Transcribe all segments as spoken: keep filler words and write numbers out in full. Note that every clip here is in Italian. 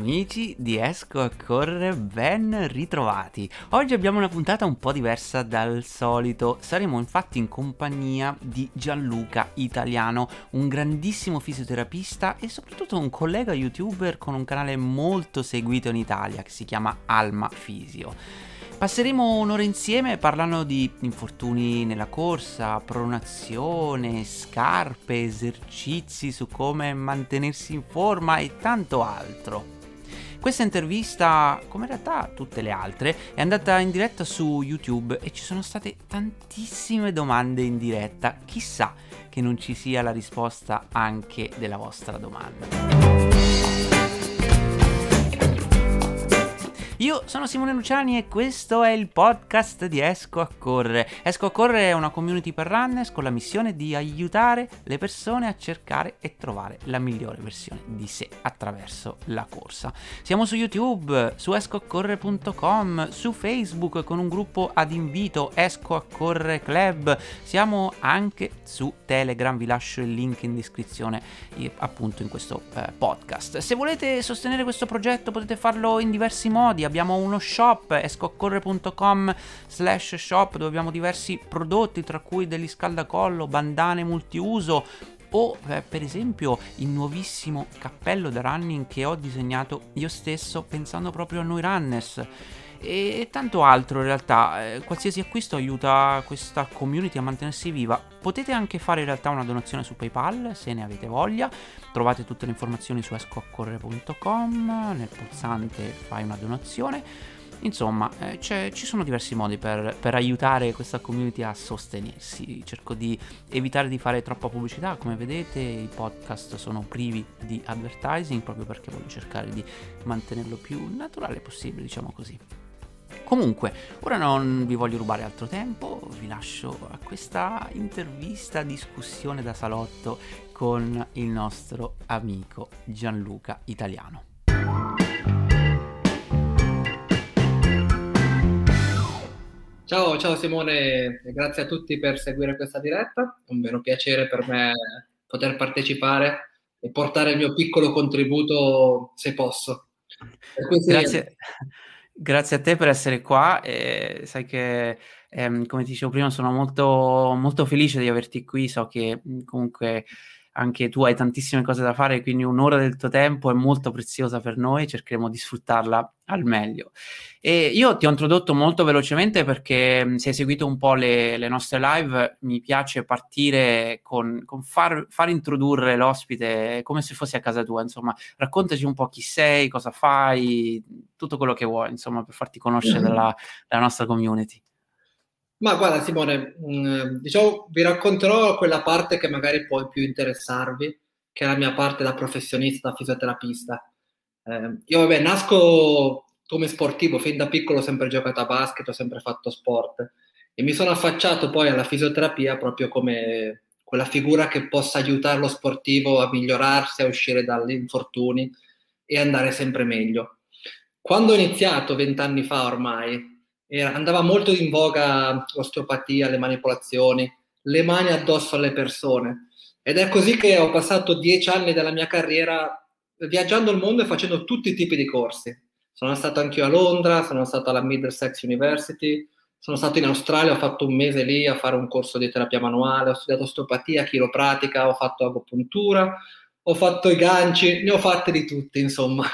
Amici di Esco a Correre, ben ritrovati. Oggi abbiamo una puntata un po' diversa dal solito. Saremo infatti in compagnia di Gianluca Italiano, un grandissimo fisioterapista e soprattutto un collega youtuber con un canale molto seguito in Italia che si chiama Alma Fisio. Passeremo un'ora insieme parlando di infortuni nella corsa, pronazione, scarpe, esercizi su come mantenersi in forma e tanto altro. Questa intervista, come in realtà tutte le altre, è andata in diretta su YouTube e ci sono state tantissime domande in diretta. Chissà che non ci sia la risposta anche della vostra domanda. Io sono Simone Luciani e questo è il podcast di Esco a Correre. Esco a Correre è una community per runners con la missione di aiutare le persone a cercare e trovare la migliore versione di sé attraverso la corsa. Siamo su YouTube, su esco a correre punto com, su Facebook con un gruppo ad invito Esco a Correre Club. Siamo anche su Telegram, vi lascio il link in descrizione appunto in questo eh, podcast. Se volete sostenere questo progetto potete farlo in diversi modi. Abbiamo uno shop, esco a correre punto com slash shop, dove abbiamo diversi prodotti, tra cui degli scaldacollo, bandane multiuso o eh, per esempio il nuovissimo cappello da running che ho disegnato io stesso pensando proprio a noi runners e tanto altro. In realtà eh, qualsiasi acquisto aiuta questa community a mantenersi viva. Potete anche fare in realtà una donazione su PayPal se ne avete voglia. Trovate tutte le informazioni su esco a correre punto com, nel pulsante fai una donazione. Insomma, eh, c'è, ci sono diversi modi per, per aiutare questa community a sostenersi. Cerco di evitare di fare troppa pubblicità, come vedete i podcast sono privi di advertising proprio perché voglio cercare di mantenerlo più naturale possibile, diciamo così. Comunque, ora non vi voglio rubare altro tempo, vi lascio a questa intervista, discussione da salotto con il nostro amico Gianluca Italiano. Ciao, ciao Simone, e grazie a tutti per seguire questa diretta. È un vero piacere per me poter partecipare e portare il mio piccolo contributo se posso. Per cui sì, Grazie. Grazie a te per essere qua e sai che ehm, come ti dicevo prima sono molto, molto felice di averti qui, so che mh, comunque anche tu hai tantissime cose da fare, quindi un'ora del tuo tempo è molto preziosa per noi, cercheremo di sfruttarla al meglio. E io ti ho introdotto molto velocemente perché mh, se hai seguito un po' le, le nostre live, mi piace partire con, con far, far introdurre l'ospite come se fossi a casa tua, insomma, raccontaci un po' chi sei, cosa fai, tutto quello che vuoi, insomma, per farti conoscere dalla, dalla nostra community. ma guarda Simone, mh, diciamo, vi racconterò quella parte che magari può più interessarvi, che è la mia parte da professionista, da fisioterapista. Eh, io vabbè, nasco come sportivo, fin da piccolo ho sempre giocato a basket, ho sempre fatto sport e mi sono affacciato poi alla fisioterapia proprio come quella figura che possa aiutare lo sportivo a migliorarsi, a uscire dagli infortuni e andare sempre meglio. Quando ho iniziato, vent'anni fa ormai, era, andava molto in voga l'osteopatia, le manipolazioni, le mani addosso alle persone. Ed è così che ho passato dieci anni della mia carriera viaggiando il mondo e facendo tutti i tipi di corsi. Sono stato anch'io a Londra, sono stato alla Middlesex University, sono stato in Australia, ho fatto un mese lì a fare un corso di terapia manuale, ho studiato osteopatia, chiropratica, ho fatto agopuntura, ho fatto i ganci, ne ho fatte di tutte, insomma.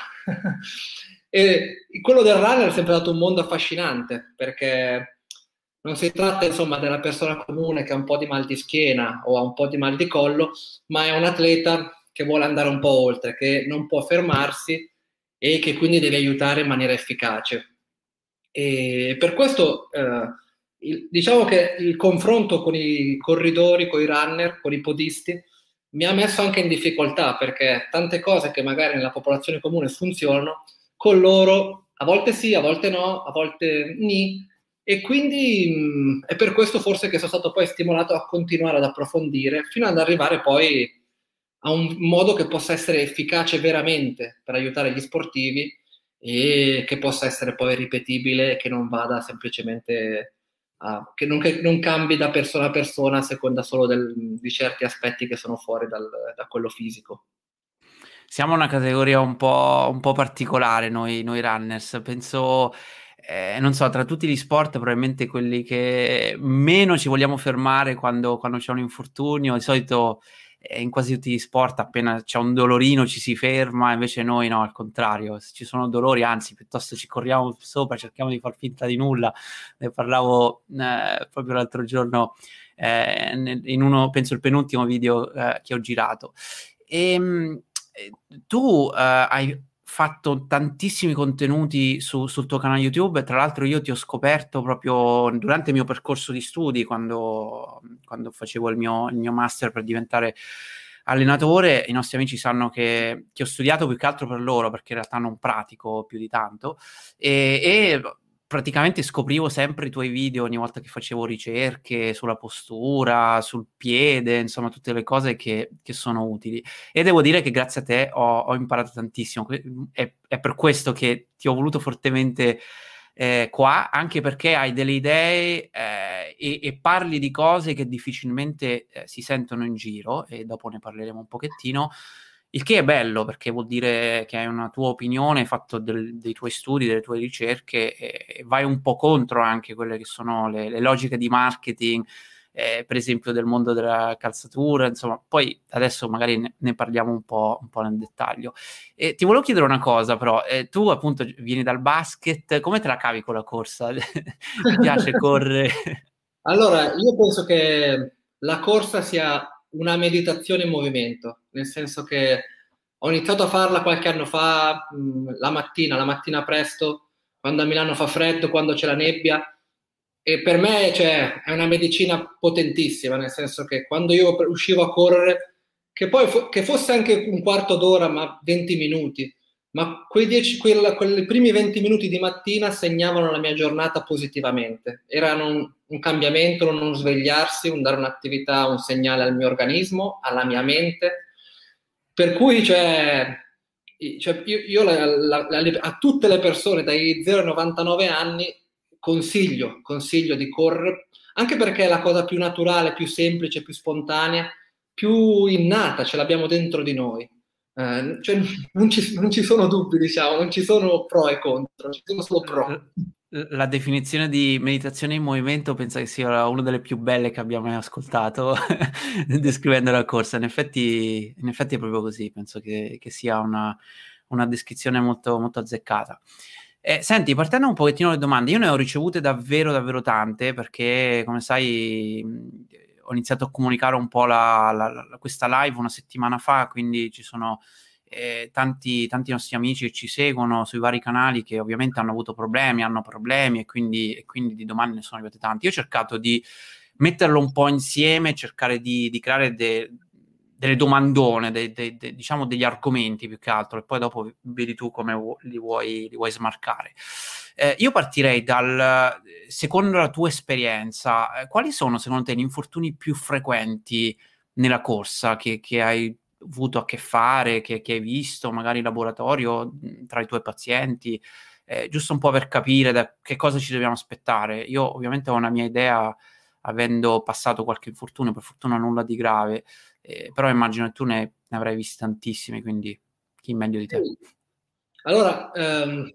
E quello del runner è sempre stato un mondo affascinante, perché non si tratta, insomma, della persona comune che ha un po' di mal di schiena o ha un po' di mal di collo, ma è un atleta che vuole andare un po' oltre, che non può fermarsi e che quindi deve aiutare in maniera efficace. E per questo eh, il, diciamo che il confronto con i corridori, con i runner, con i podisti, mi ha messo anche in difficoltà, perché tante cose che magari nella popolazione comune funzionano, con loro a volte sì, a volte no, a volte ni, e quindi mh, è per questo forse che sono stato poi stimolato a continuare ad approfondire fino ad arrivare poi a un modo che possa essere efficace veramente per aiutare gli sportivi e che possa essere poi ripetibile e che non vada semplicemente a, che, non, che non cambi da persona a persona a seconda solo del, di certi aspetti che sono fuori dal, da quello fisico. siamo una categoria un po', un po' particolare noi, noi runners, penso, eh, non so, tra tutti gli sport probabilmente quelli che meno ci vogliamo fermare quando, quando c'è un infortunio, di solito eh, in quasi tutti gli sport appena c'è un dolorino ci si ferma, invece noi no, al contrario, se ci sono dolori, anzi, piuttosto ci corriamo sopra, cerchiamo di far finta di nulla. Ne parlavo eh, proprio l'altro giorno eh, in uno, penso il penultimo video eh, che ho girato. E, mh, tu eh, hai fatto tantissimi contenuti su, sul tuo canale YouTube. Tra l'altro io ti ho scoperto proprio durante il mio percorso di studi, quando, quando facevo il mio, il mio master per diventare allenatore. I nostri amici sanno che, che ho studiato più che altro per loro, perché in realtà non pratico più di tanto, e, e praticamente scoprivo sempre i tuoi video ogni volta che facevo ricerche sulla postura, sul piede, insomma tutte le cose che, che sono utili. E devo dire che grazie a te ho, ho imparato tantissimo. È, è per questo che ti ho voluto fortemente eh, qua, anche perché hai delle idee eh, e, e parli di cose che difficilmente eh, si sentono in giro, e dopo ne parleremo un pochettino. Il che è bello, perché vuol dire che hai una tua opinione, hai fatto del, dei tuoi studi, delle tue ricerche, e, e vai un po' contro anche quelle che sono le, le logiche di marketing, eh, per esempio del mondo della calzatura, insomma. Poi adesso magari ne, ne parliamo un po', un po' nel dettaglio. E ti volevo chiedere una cosa, però, eh, tu appunto vieni dal basket, come te la cavi con la corsa? Ti piace correre? Allora, io penso che la corsa sia una meditazione in movimento, nel senso che ho iniziato a farla qualche anno fa, mh, la mattina, la mattina presto, quando a Milano fa freddo, quando c'è la nebbia, e per me, cioè, è una medicina potentissima, nel senso che quando io uscivo a correre, che poi fo- che fosse anche un quarto d'ora, ma venti minuti, ma quei dieci, quella- quei primi venti minuti di mattina segnavano la mia giornata positivamente. Erano un, un cambiamento, un non svegliarsi, un dare un'attività, un segnale al mio organismo, alla mia mente. Per cui, cioè, cioè, io, io la- la- la- a tutte le persone dai zero ai novantanove anni consiglio, consiglio di correre, anche perché è la cosa più naturale, più semplice, più spontanea, più innata, ce l'abbiamo dentro di noi. Eh, cioè, non ci, non ci sono dubbi, diciamo, non ci sono pro e contro, ci sono solo pro. La definizione di meditazione in movimento penso che sia una delle più belle che abbiamo mai ascoltato descrivendo la corsa. In effetti, in effetti è proprio così, penso che, che sia una, una descrizione molto, molto azzeccata. Eh, senti, partendo un pochettino dalle domande, io ne ho ricevute davvero, davvero tante, perché come sai mh, ho iniziato a comunicare un po' la, la, la, questa live una settimana fa, quindi ci sono eh, tanti, tanti nostri amici che ci seguono sui vari canali, che ovviamente hanno avuto problemi, hanno problemi, e quindi, e quindi di domande ne sono arrivate tanti. Io ho cercato di metterlo un po' insieme, cercare di, di creare de, delle domandone, de, de, de, diciamo degli argomenti più che altro, e poi dopo vedi tu come vu- li vuoi, li vuoi smarcare. Eh, io partirei dal, secondo la tua esperienza, eh, quali sono secondo te gli infortuni più frequenti nella corsa che, che hai avuto a che fare, che, che hai visto magari in laboratorio mh, tra i tuoi pazienti, eh, giusto un po' per capire da che cosa ci dobbiamo aspettare. Io ovviamente ho una mia idea, avendo passato qualche infortunio, per fortuna nulla di grave, eh, però immagino che tu ne, ne avrai visti tantissimi, quindi chi meglio di te? Allora, ehm,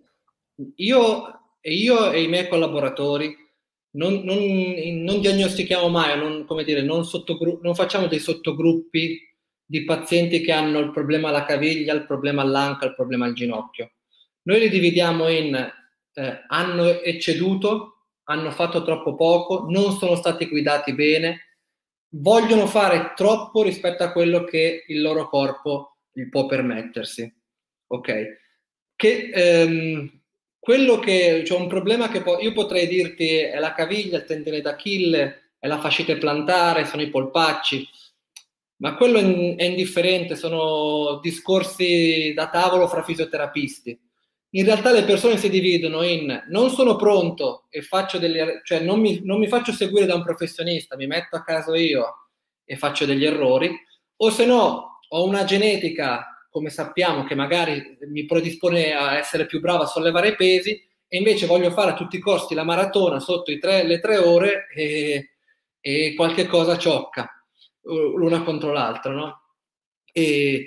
io, io e i miei collaboratori non, non- non diagnostichiamo mai, non, come dire, non, sottogru- non facciamo dei sottogruppi di pazienti che hanno il problema alla caviglia, il problema all'anca, il problema al ginocchio. Noi li dividiamo in eh, hanno ecceduto, hanno fatto troppo poco, non sono stati guidati bene, vogliono fare troppo rispetto a quello che il loro corpo gli può permettersi. Ok? Che ehm, quello che c'è un problema che po- io potrei dirti è la caviglia, il tendine d'Achille, è la fascite plantare, sono i polpacci, ma quello è, in- è indifferente, sono discorsi da tavolo fra fisioterapisti. In realtà le persone si dividono in non sono pronto e faccio delle, cioè non mi, non mi faccio seguire da un professionista, mi metto a caso io e faccio degli errori, o se no ho una genetica, come sappiamo, che magari mi predispone a essere più bravo a sollevare i pesi, e invece voglio fare a tutti i costi la maratona sotto i tre, le tre ore e, e qualche cosa ciocca l'una contro l'altra, no? E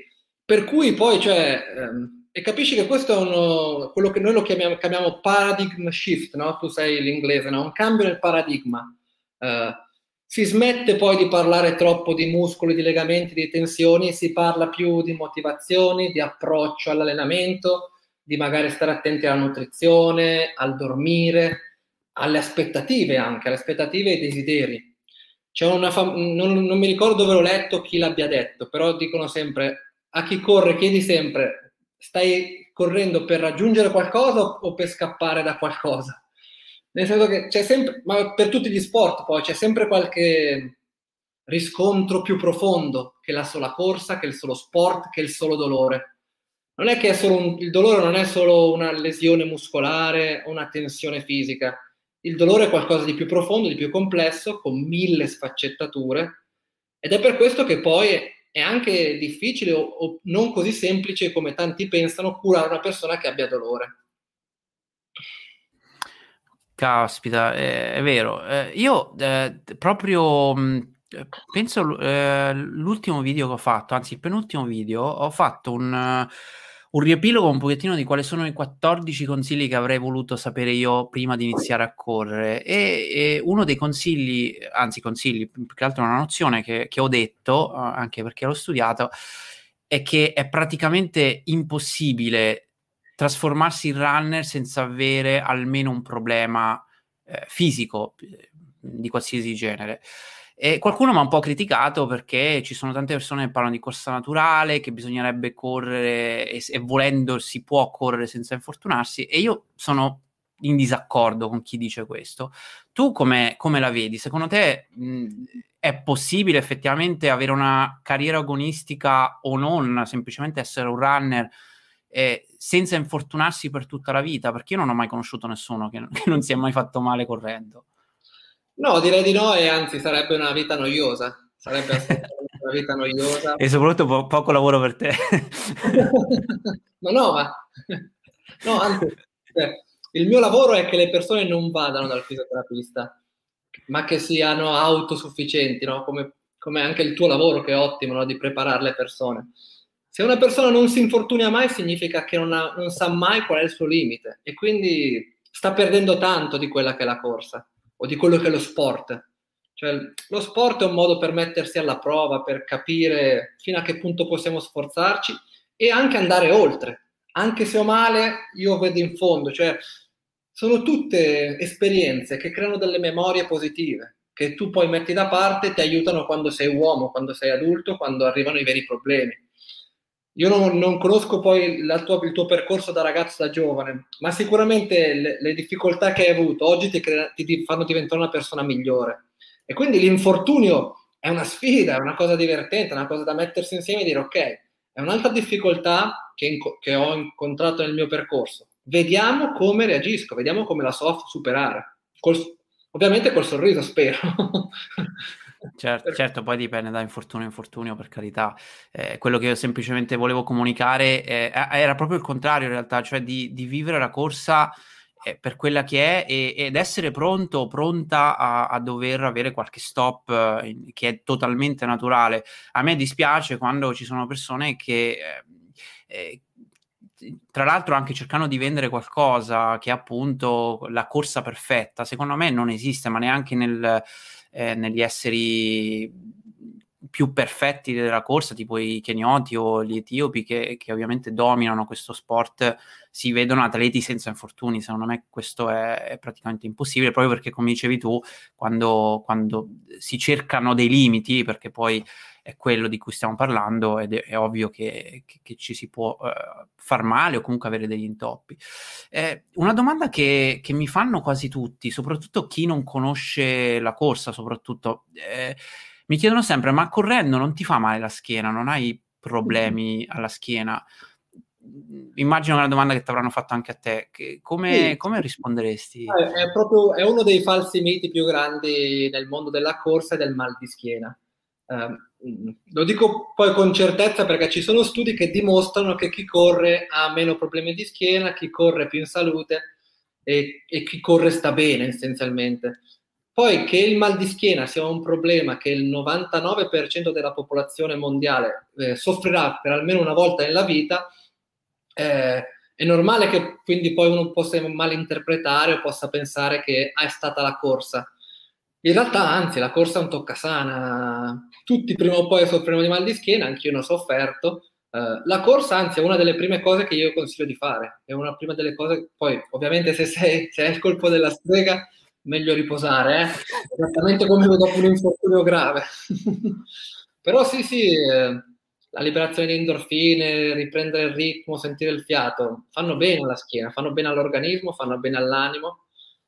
per cui poi, cioè, ehm, e capisci che questo è uno, quello che noi lo chiamiamo, chiamiamo paradigm shift, no? Tu sai l'inglese, no? Un cambio nel paradigma. Eh, si smette poi di parlare troppo di muscoli, di legamenti, di tensioni, si parla più di motivazioni, di approccio all'allenamento, di magari stare attenti alla nutrizione, al dormire, alle aspettative anche, alle aspettative e ai desideri. C'è una fam- non, non mi ricordo dove l'ho letto, chi l'abbia detto, però dicono sempre, a chi corre chiedi sempre, stai correndo per raggiungere qualcosa o per scappare da qualcosa? Nel senso che c'è sempre, ma per tutti gli sport poi, c'è sempre qualche riscontro più profondo che la sola corsa, che il solo sport, che il solo dolore. Non è che è solo un, il dolore non è solo una lesione muscolare o una tensione fisica. Il dolore è qualcosa di più profondo, di più complesso, con mille sfaccettature, ed è per questo che poi è, è anche difficile o, o non così semplice come tanti pensano curare una persona che abbia dolore. Caspita, è, è vero. Eh, io eh, proprio mh, penso eh, l'ultimo video che ho fatto, anzi il penultimo video, ho fatto un, uh, un riepilogo un pochettino di quali sono i quattordici consigli che avrei voluto sapere io prima di iniziare a correre. E, e uno dei consigli, anzi consigli, più che altro una nozione che, che ho detto, uh, anche perché l'ho studiato, è che è praticamente impossibile trasformarsi in runner senza avere almeno un problema eh, fisico eh, di qualsiasi genere. E qualcuno mi ha un po' criticato perché ci sono tante persone che parlano di corsa naturale, che bisognerebbe correre e, e volendo si può correre senza infortunarsi, e io sono in disaccordo con chi dice questo. Tu come, come la vedi? Secondo te mh, è possibile effettivamente avere una carriera agonistica o non, semplicemente essere un runner eh, senza infortunarsi per tutta la vita? Perché io non ho mai conosciuto nessuno che, che non si è mai fatto male correndo. No, direi di no, e anzi sarebbe una vita noiosa, sarebbe assolutamente una vita noiosa. E soprattutto po- poco lavoro per te. Ma no, ma no, anzi, cioè, il mio lavoro è che le persone non vadano dal fisioterapista, ma che siano autosufficienti, no? Come, come anche il tuo lavoro, che è ottimo, no? Di preparare le persone. Se una persona non si infortuna mai, significa che non, ha- non sa mai qual è il suo limite e quindi sta perdendo tanto di quella che è la corsa o di quello che è lo sport. Cioè, lo sport è un modo per mettersi alla prova, per capire fino a che punto possiamo sforzarci e anche andare oltre. Anche se ho male, io vedo in fondo, cioè sono tutte esperienze che creano delle memorie positive, che tu poi metti da parte e ti aiutano quando sei uomo, quando sei adulto, quando arrivano i veri problemi. Io non, non conosco poi la tua- il tuo percorso da ragazzo, da giovane, ma sicuramente le, le difficoltà che hai avuto oggi ti, crea- ti- ti fanno diventare una persona migliore. E quindi l'infortunio è una sfida, è una cosa divertente, è una cosa da mettersi insieme e dire ok, è un'altra difficoltà che, inco- che ho incontrato nel mio percorso. Vediamo come reagisco, vediamo come la so superare. Col- ovviamente col sorriso, spero. Certo, Perché- certo, poi dipende da infortunio a infortunio, per carità. Eh, quello che io semplicemente volevo comunicare eh, era proprio il contrario, in realtà, cioè di, di vivere la corsa eh, per quella che è e- ed essere pronto o pronta a, a dover avere qualche stop eh, in- che è totalmente naturale. A me dispiace quando ci sono persone che, eh, eh, tra l'altro, anche cercando di vendere qualcosa che è appunto la corsa perfetta, secondo me non esiste, ma neanche nel eh, negli esseri più perfetti della corsa, tipo i kenioti o gli etiopi, che, che ovviamente dominano questo sport, si vedono atleti senza infortuni. Secondo me questo è, è praticamente impossibile, proprio perché, come dicevi tu, quando, quando si cercano dei limiti, perché poi è quello di cui stiamo parlando, ed è, è ovvio che, che, che ci si può uh, far male o comunque avere degli intoppi. Eh, una domanda che, che mi fanno quasi tutti, soprattutto chi non conosce la corsa, soprattutto, eh, mi chiedono sempre, ma correndo non ti fa male la schiena? Non hai problemi alla schiena? Immagino che è una domanda che ti avranno fatto anche a te. Che, come, Sì, come risponderesti? è, è proprio, è uno dei falsi miti più grandi nel mondo della corsa e del mal di schiena. Eh, lo dico poi con certezza perché ci sono studi che dimostrano che chi corre ha meno problemi di schiena, chi corre è più in salute e, e chi corre sta bene essenzialmente. Poi che il mal di schiena sia un problema che il novantanove per cento della popolazione mondiale eh, soffrirà per almeno una volta nella vita, eh, è normale che quindi poi uno possa malinterpretare o possa pensare che ah, è stata la corsa. In realtà, anzi, la corsa è un toccasana. Tutti prima o poi soffriamo di mal di schiena, anch'io ne ho sofferto. Uh, la corsa, anzi, è una delle prime cose che io consiglio di fare. È una prima delle cose. Poi, ovviamente, se sei, se hai il colpo della strega, meglio riposare, eh? Esattamente come dopo un infortunio grave. Però sì, sì, eh, la liberazione di endorfine, riprendere il ritmo, sentire il fiato, fanno bene alla schiena, fanno bene all'organismo, fanno bene all'animo.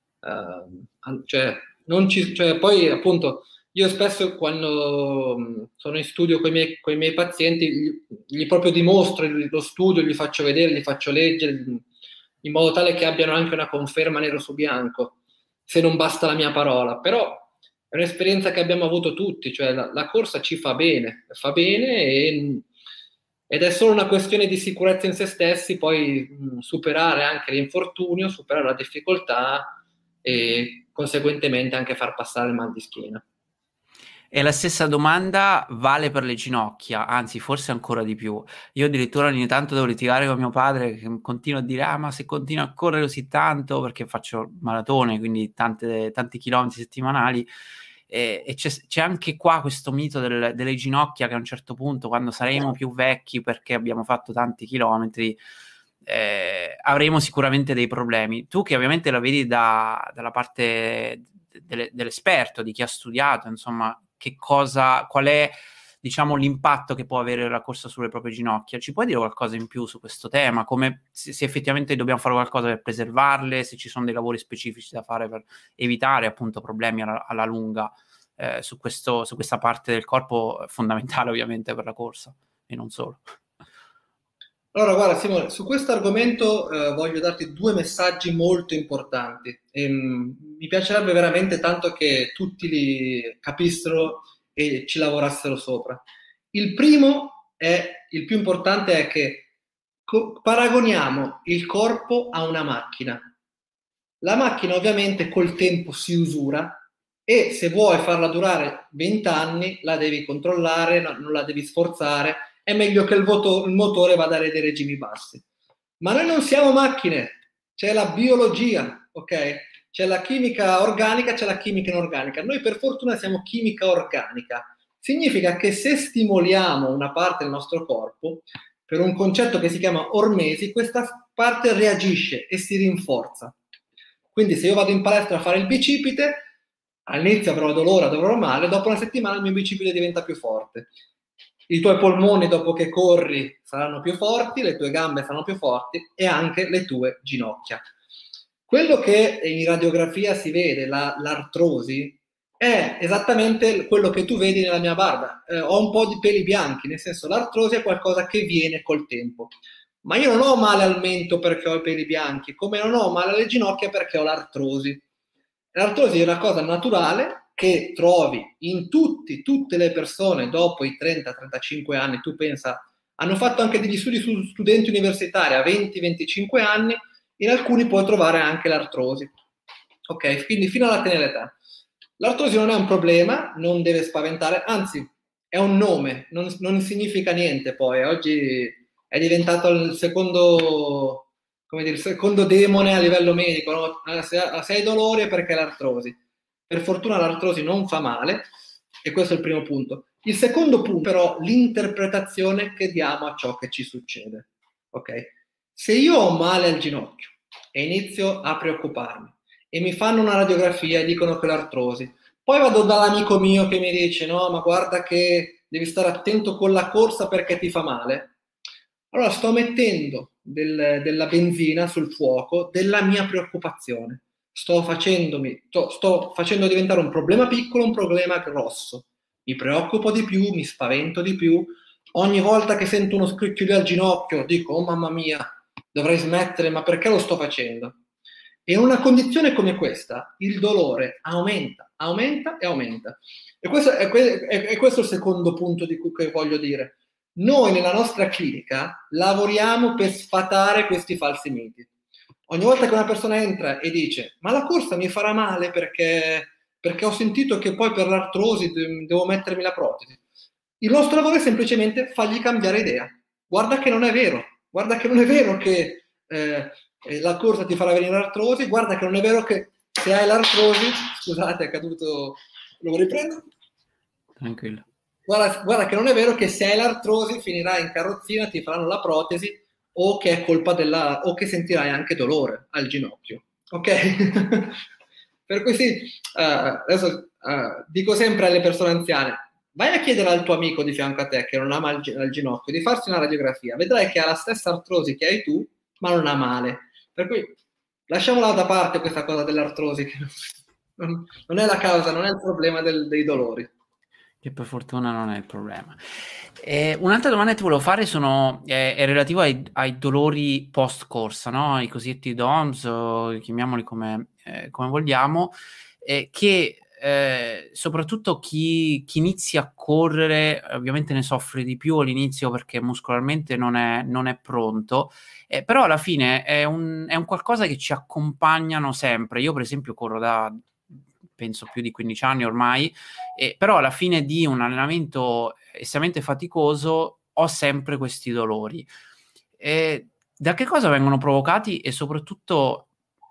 Uh, cioè, non ci, cioè, poi, appunto, io spesso quando mh, sono in studio con i miei, coi miei pazienti, gli, gli proprio dimostro lo studio, gli faccio vedere, gli faccio leggere, in modo tale che abbiano anche una conferma nero su bianco, se non basta la mia parola. Però è un'esperienza che abbiamo avuto tutti, cioè la, la corsa ci fa bene, fa bene e, ed è solo una questione di sicurezza in se stessi, poi mh, superare anche l'infortunio, superare la difficoltà e conseguentemente anche far passare il mal di schiena. E la stessa domanda vale per le ginocchia, anzi forse ancora di più. Io addirittura ogni tanto devo litigare con mio padre che continua a dire ah ma se continua a correre così tanto, perché faccio maratone, quindi tante, tanti chilometri settimanali, e, e c'è, c'è anche qua questo mito del, delle ginocchia che a un certo punto, quando saremo più vecchi perché abbiamo fatto tanti chilometri, eh, avremo sicuramente dei problemi. Tu che ovviamente la vedi da, dalla parte de- dell'esperto, di chi ha studiato, insomma, che cosa, qual è, diciamo, l'impatto che può avere la corsa sulle proprie ginocchia? Ci puoi dire qualcosa in più su questo tema? Come se, se effettivamente dobbiamo fare qualcosa per preservarle, se ci sono dei lavori specifici da fare per evitare appunto problemi alla, alla lunga eh, su, questo, su questa parte del corpo fondamentale ovviamente per la corsa e non solo. Allora, guarda Simone, su questo argomento eh, voglio darti due messaggi molto importanti. E, mh, mi piacerebbe veramente tanto che tutti li capissero e ci lavorassero sopra. Il primo è, il più importante è che co- paragoniamo il corpo a una macchina. La macchina ovviamente col tempo si usura e se vuoi farla durare venti anni la devi controllare, no, non la devi sforzare, è meglio che il, voto, il motore vada a dei regimi bassi. Ma noi non siamo macchine, c'è la biologia, ok? C'è la chimica organica, c'è la chimica inorganica. Noi per fortuna siamo chimica organica. Significa che se stimoliamo una parte del nostro corpo, per un concetto che si chiama ormesi, questa parte reagisce e si rinforza. Quindi se io vado in palestra a fare il bicipite, all'inizio avrò dolore, avrò male, dopo una settimana il mio bicipite diventa più forte. I tuoi polmoni dopo che corri saranno più forti, le tue gambe saranno più forti e anche le tue ginocchia. Quello che in radiografia si vede, la, l'artrosi, è esattamente quello che tu vedi nella mia barba. Eh, ho un po' di peli bianchi, nel senso l'artrosi è qualcosa che viene col tempo. Ma io non ho male al mento perché ho i peli bianchi, come non ho male alle ginocchia perché ho l'artrosi. L'artrosi è una cosa naturale che trovi in tutti, tutte le persone dopo i trenta trentacinque anni. Tu pensa, hanno fatto anche degli studi su studenti universitari a venti venticinque anni, in alcuni puoi trovare anche l'artrosi. Ok, quindi fino alla tenera età. L'artrosi non è un problema, non deve spaventare, anzi è un nome, non, non significa niente poi. Oggi è diventato il secondo, come dire, il secondo demone a livello medico, no? Se, se hai dolore è perché è l'artrosi. Per fortuna l'artrosi non fa male e questo è il primo punto. Il secondo punto però l'interpretazione che diamo a ciò che ci succede. Ok? Se io ho male al ginocchio e inizio a preoccuparmi e mi fanno una radiografia e dicono che è l'artrosi, poi vado dall'amico mio che mi dice no ma guarda che devi stare attento con la corsa perché ti fa male, allora sto mettendo del, della benzina sul fuoco della mia preoccupazione. Sto facendomi, sto, sto facendo diventare un problema piccolo un problema grosso. Mi preoccupo di più, mi spavento di più. Ogni volta che sento uno scricchiolio al ginocchio dico, oh mamma mia, dovrei smettere, ma perché lo sto facendo? E in una condizione come questa, il dolore aumenta, aumenta e aumenta. E questo è, è, è questo il secondo punto di cui che voglio dire. Noi nella nostra clinica lavoriamo per sfatare questi falsi miti. Ogni volta che una persona entra e dice ma la corsa mi farà male perché perché ho sentito che poi per l'artrosi de- devo mettermi la protesi. Il nostro lavoro è semplicemente fargli cambiare idea. Guarda che non è vero, guarda che non è vero che eh, la corsa ti farà venire l'artrosi, guarda che non è vero che se hai l'artrosi, scusate è caduto, lo riprendo? Tranquillo. Guarda, guarda che non è vero che se hai l'artrosi finirai in carrozzina, ti faranno la protesi o che è colpa della, o che sentirai anche dolore al ginocchio, ok? Per cui sì, uh, adesso uh, dico sempre alle persone anziane, vai a chiedere al tuo amico di fianco a te che non ha mal al ginocchio di farsi una radiografia, vedrai che ha la stessa artrosi che hai tu, ma non ha male. Per cui lasciamola da parte questa cosa dell'artrosi, che non, non è la causa, non è il problema del, dei dolori. Che per fortuna non è il problema. Eh, un'altra domanda che ti volevo fare sono, eh, è relativo ai, ai dolori post-corsa, no? I cosiddetti D O M S, o chiamiamoli come, eh, come vogliamo, eh, che eh, soprattutto chi, chi inizia a correre ovviamente ne soffre di più all'inizio perché muscolarmente non è, non è pronto, eh, però alla fine è un, è un qualcosa che ci accompagnano sempre. Io per esempio corro da penso più di quindici anni ormai, eh, però alla fine di un allenamento estremamente faticoso ho sempre questi dolori. Eh, da che cosa vengono provocati e soprattutto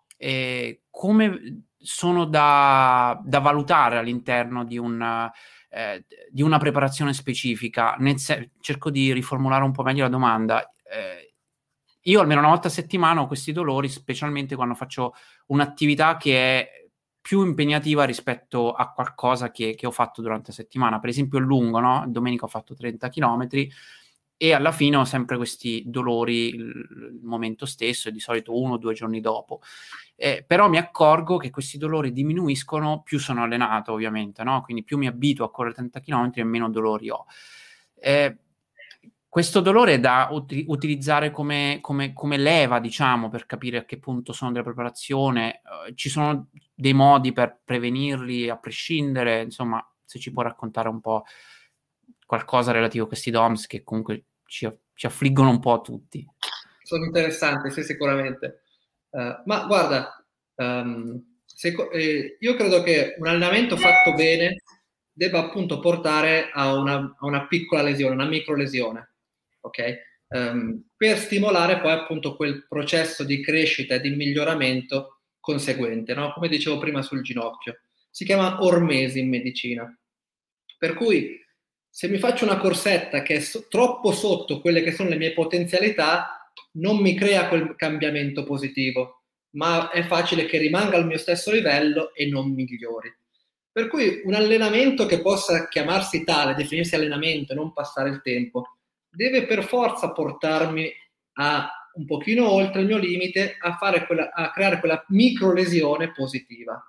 eh, come sono da, da valutare all'interno di una, eh, di una preparazione specifica? Nel se- cerco di riformulare un po' meglio la domanda. Eh, io almeno una volta a settimana ho questi dolori, specialmente quando faccio un'attività che è più impegnativa rispetto a qualcosa che, che ho fatto durante la settimana. Per esempio il lungo, no? Domenica ho fatto trenta chilometri e alla fine ho sempre questi dolori il, il momento stesso e di solito uno o due giorni dopo. Eh, però mi accorgo che questi dolori diminuiscono più sono allenato, ovviamente, no? Quindi più mi abituo a correre trenta chilometri e meno dolori ho. Eh, questo dolore è da uti- utilizzare come, come, come leva, diciamo, per capire a che punto sono della preparazione. Uh, ci sono dei modi per prevenirli a prescindere, insomma, se ci può raccontare un po' qualcosa relativo a questi D O M S che comunque ci, ci affliggono un po' a tutti. Sono interessanti, sì, sicuramente. Uh, ma guarda, um, seco- eh, io credo che un allenamento fatto bene debba appunto portare a una, a una piccola lesione, una micro lesione, ok? Um, per stimolare poi appunto quel processo di crescita e di miglioramento conseguente, no? Come dicevo prima sul ginocchio. Si chiama ormesi in medicina. Per cui se mi faccio una corsetta che è so- troppo sotto quelle che sono le mie potenzialità, non mi crea quel cambiamento positivo, ma è facile che rimanga al mio stesso livello e non migliori. Per cui un allenamento che possa chiamarsi tale, definirsi allenamento e non passare il tempo, deve per forza portarmi a un pochino oltre il mio limite, a, fare quella, a creare quella micro lesione positiva.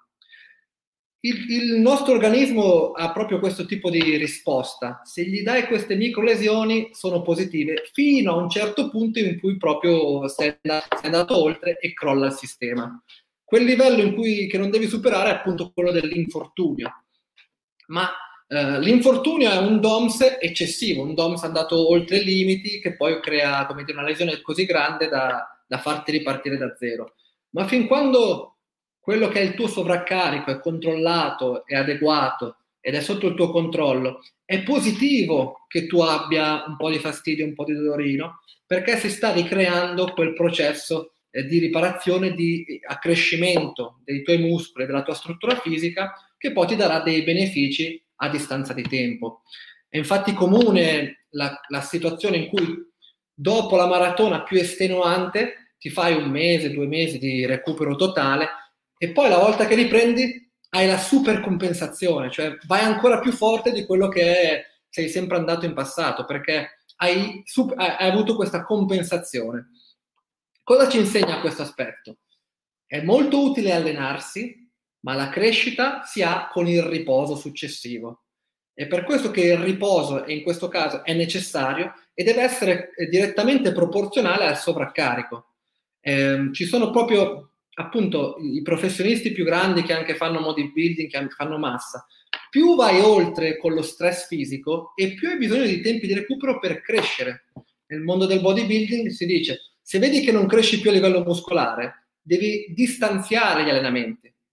Il, il nostro organismo ha proprio questo tipo di risposta. Se gli dai queste micro lesioni sono positive fino a un certo punto in cui proprio sei andato, sei andato oltre e crolla il sistema. Quel livello in cui, che non devi superare è appunto quello dell'infortunio. Ma eh, l'infortunio è un D O M S eccessivo, un D O M S andato oltre i limiti che poi crea, come dire, una lesione così grande da, da farti ripartire da zero. Ma fin quando quello che è il tuo sovraccarico è controllato, è adeguato ed è sotto il tuo controllo, è positivo che tu abbia un po' di fastidio, un po' di dolorino, perché si sta ricreando quel processo eh, di riparazione, di accrescimento dei tuoi muscoli, della tua struttura fisica, che poi ti darà dei benefici a distanza di tempo. È infatti comune la, la situazione in cui dopo la maratona più estenuante ti fai un mese, due mesi di recupero totale e poi la volta che riprendi hai la super compensazione, cioè vai ancora più forte di quello che è, sei sempre andato in passato, perché hai, hai, hai avuto questa compensazione. Cosa ci insegna questo aspetto? È molto utile allenarsi, ma la crescita si ha con il riposo successivo. È per questo che il riposo, in questo caso, è necessario e deve essere direttamente proporzionale al sovraccarico. Eh, ci sono proprio appunto i professionisti più grandi che anche fanno bodybuilding, che fanno massa. Più vai oltre con lo stress fisico e più hai bisogno di tempi di recupero per crescere. Nel mondo del bodybuilding si dice: se vedi che non cresci più a livello muscolare, devi distanziare gli allenamenti.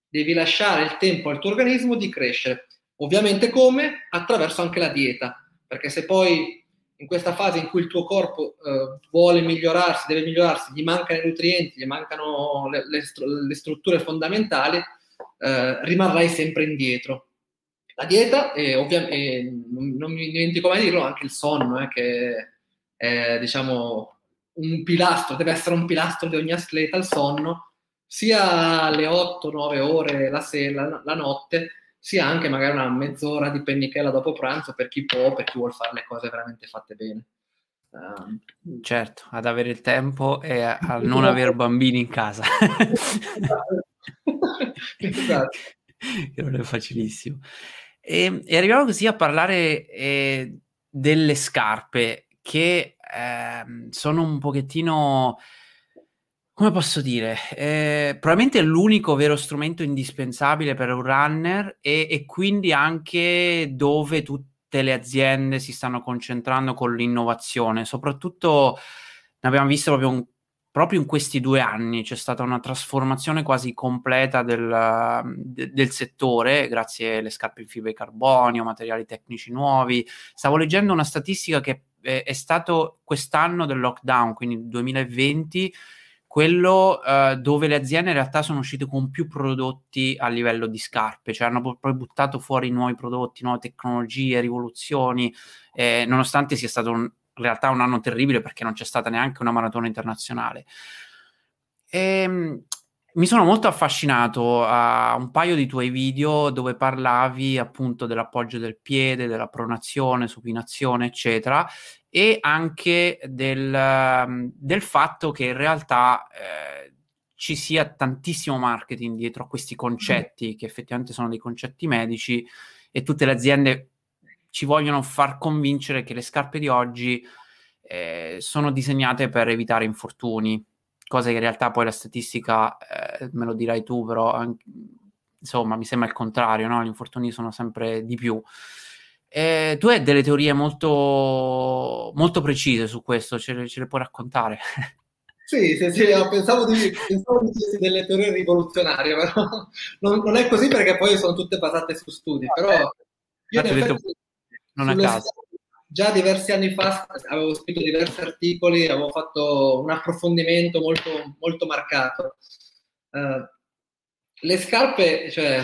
devi lasciare il tempo al tuo organismo di crescere. Ovviamente come? Attraverso anche la dieta, perché se poi in questa fase in cui il tuo corpo eh, vuole migliorarsi, deve migliorarsi, gli mancano i nutrienti, gli mancano le, le, le strutture fondamentali, eh, rimarrai sempre indietro. La dieta, e ovviamente, non mi dimentico mai di dirlo, anche il sonno, eh, che è, diciamo, un pilastro, deve essere un pilastro di ogni atleta, il sonno, sia le otto nove ore la sera, la notte, sia anche magari una mezz'ora di pennichella dopo pranzo per chi può, per chi vuole fare le cose veramente fatte bene. Um, certo, ad avere il tempo e a, a non avere bambini in casa. Esatto. Che non è facilissimo. E, e arriviamo così a parlare eh, delle scarpe che eh, sono un pochettino, come posso dire, eh, probabilmente è l'unico vero strumento indispensabile per un runner e, e quindi anche dove tutte le aziende si stanno concentrando con l'innovazione. Soprattutto ne abbiamo visto proprio un Proprio in questi due anni c'è stata una trasformazione quasi completa del, de, del settore, grazie alle scarpe in fibra di carbonio, materiali tecnici nuovi. Stavo leggendo una statistica che è, è stato quest'anno del lockdown, quindi il duemilaventi, quello eh, dove le aziende in realtà sono uscite con più prodotti a livello di scarpe, cioè hanno poi buttato fuori nuovi prodotti, nuove tecnologie, rivoluzioni, eh, nonostante sia stato un in realtà un anno terribile perché non c'è stata neanche una maratona internazionale. E, mi sono molto affascinato a un paio di tuoi video dove parlavi appunto dell'appoggio del piede, della pronazione, supinazione, eccetera, e anche del, del fatto che in realtà eh, ci sia tantissimo marketing dietro a questi concetti, che effettivamente sono dei concetti medici, e tutte le aziende ci vogliono far convincere che le scarpe di oggi eh, sono disegnate per evitare infortuni, cosa che in realtà poi la statistica, eh, me lo dirai tu, però anche, insomma mi sembra il contrario, no? Gli infortuni sono sempre di più. Eh, tu hai delle teorie molto, molto precise su questo, ce le, ce le puoi raccontare? Sì, sì, sì, pensavo di, pensavo di dirti delle teorie rivoluzionarie, però non, non è così perché poi sono tutte basate su studi, però io in Infatti ho detto, effetti non a sulle caso. scarpe già diversi anni fa avevo scritto diversi articoli, avevo fatto un approfondimento molto, molto marcato. Uh, le scarpe, cioè,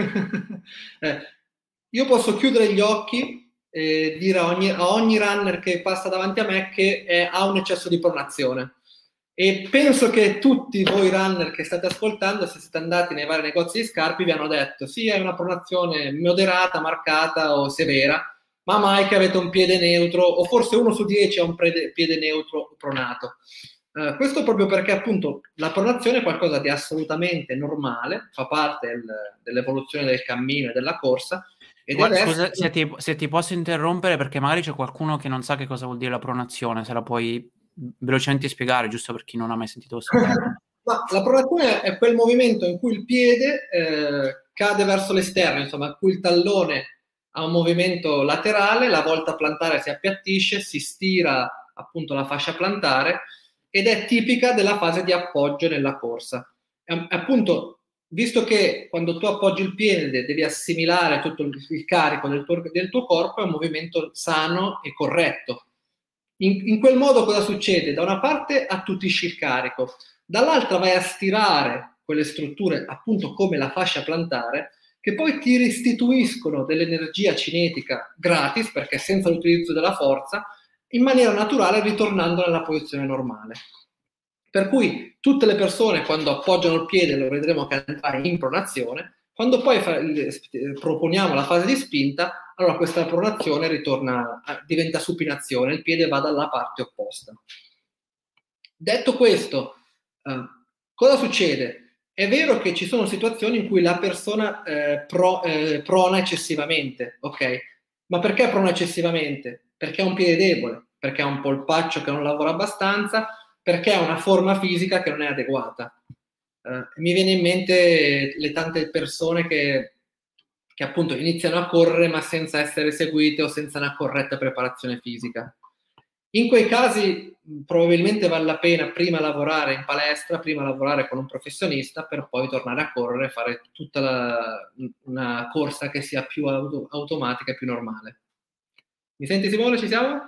eh, io posso chiudere gli occhi e dire a ogni, a ogni runner che passa davanti a me che è, ha un eccesso di pronazione. E penso che tutti voi runner che state ascoltando, se siete andati nei vari negozi di scarpe, vi hanno detto sì, è una pronazione moderata, marcata o severa, ma mai che avete un piede neutro, o forse uno su dieci ha un prede, piede neutro pronato. Uh, questo proprio perché appunto la pronazione è qualcosa di assolutamente normale, fa parte del, dell'evoluzione del cammino e della corsa. E Guarda, deve scusa essere... se ti, se ti posso interrompere perché magari c'è qualcuno che non sa che cosa vuol dire la pronazione, se la puoi velocemente spiegare, giusto per chi non ha mai sentito questo termine. Ma la pronazione è quel movimento in cui il piede eh, cade verso l'esterno, insomma, in cui il tallone ha un movimento laterale, la volta plantare si appiattisce, si stira appunto la fascia plantare ed è tipica della fase di appoggio nella corsa. E, appunto, visto che quando tu appoggi il piede devi assimilare tutto il, il carico del tuo, del tuo corpo, è un movimento sano e corretto. In, in quel modo cosa succede? Da una parte attutisci il carico, dall'altra vai a stirare quelle strutture, appunto come la fascia plantare, che poi ti restituiscono dell'energia cinetica gratis, perché senza l'utilizzo della forza, in maniera naturale ritornando nella posizione normale. Per cui tutte le persone quando appoggiano il piede, lo vedremo che andrà in pronazione, quando poi fa, proponiamo la fase di spinta, allora questa pronazione ritorna, diventa supinazione, il piede va dalla parte opposta. Detto questo, eh, cosa succede? È vero che ci sono situazioni in cui la persona eh, pro, eh, prona eccessivamente, ok? Ma perché prona eccessivamente? Perché ha un piede debole, perché ha un polpaccio che non lavora abbastanza, perché ha una forma fisica che non è adeguata. Eh, mi viene in mente le tante persone che, che appunto iniziano a correre ma senza essere seguite o senza una corretta preparazione fisica. In quei casi probabilmente vale la pena prima lavorare in palestra, prima lavorare con un professionista per poi tornare a correre e fare tutta la, una corsa che sia più auto, automatica e più normale. Mi senti Simone? Ci siamo?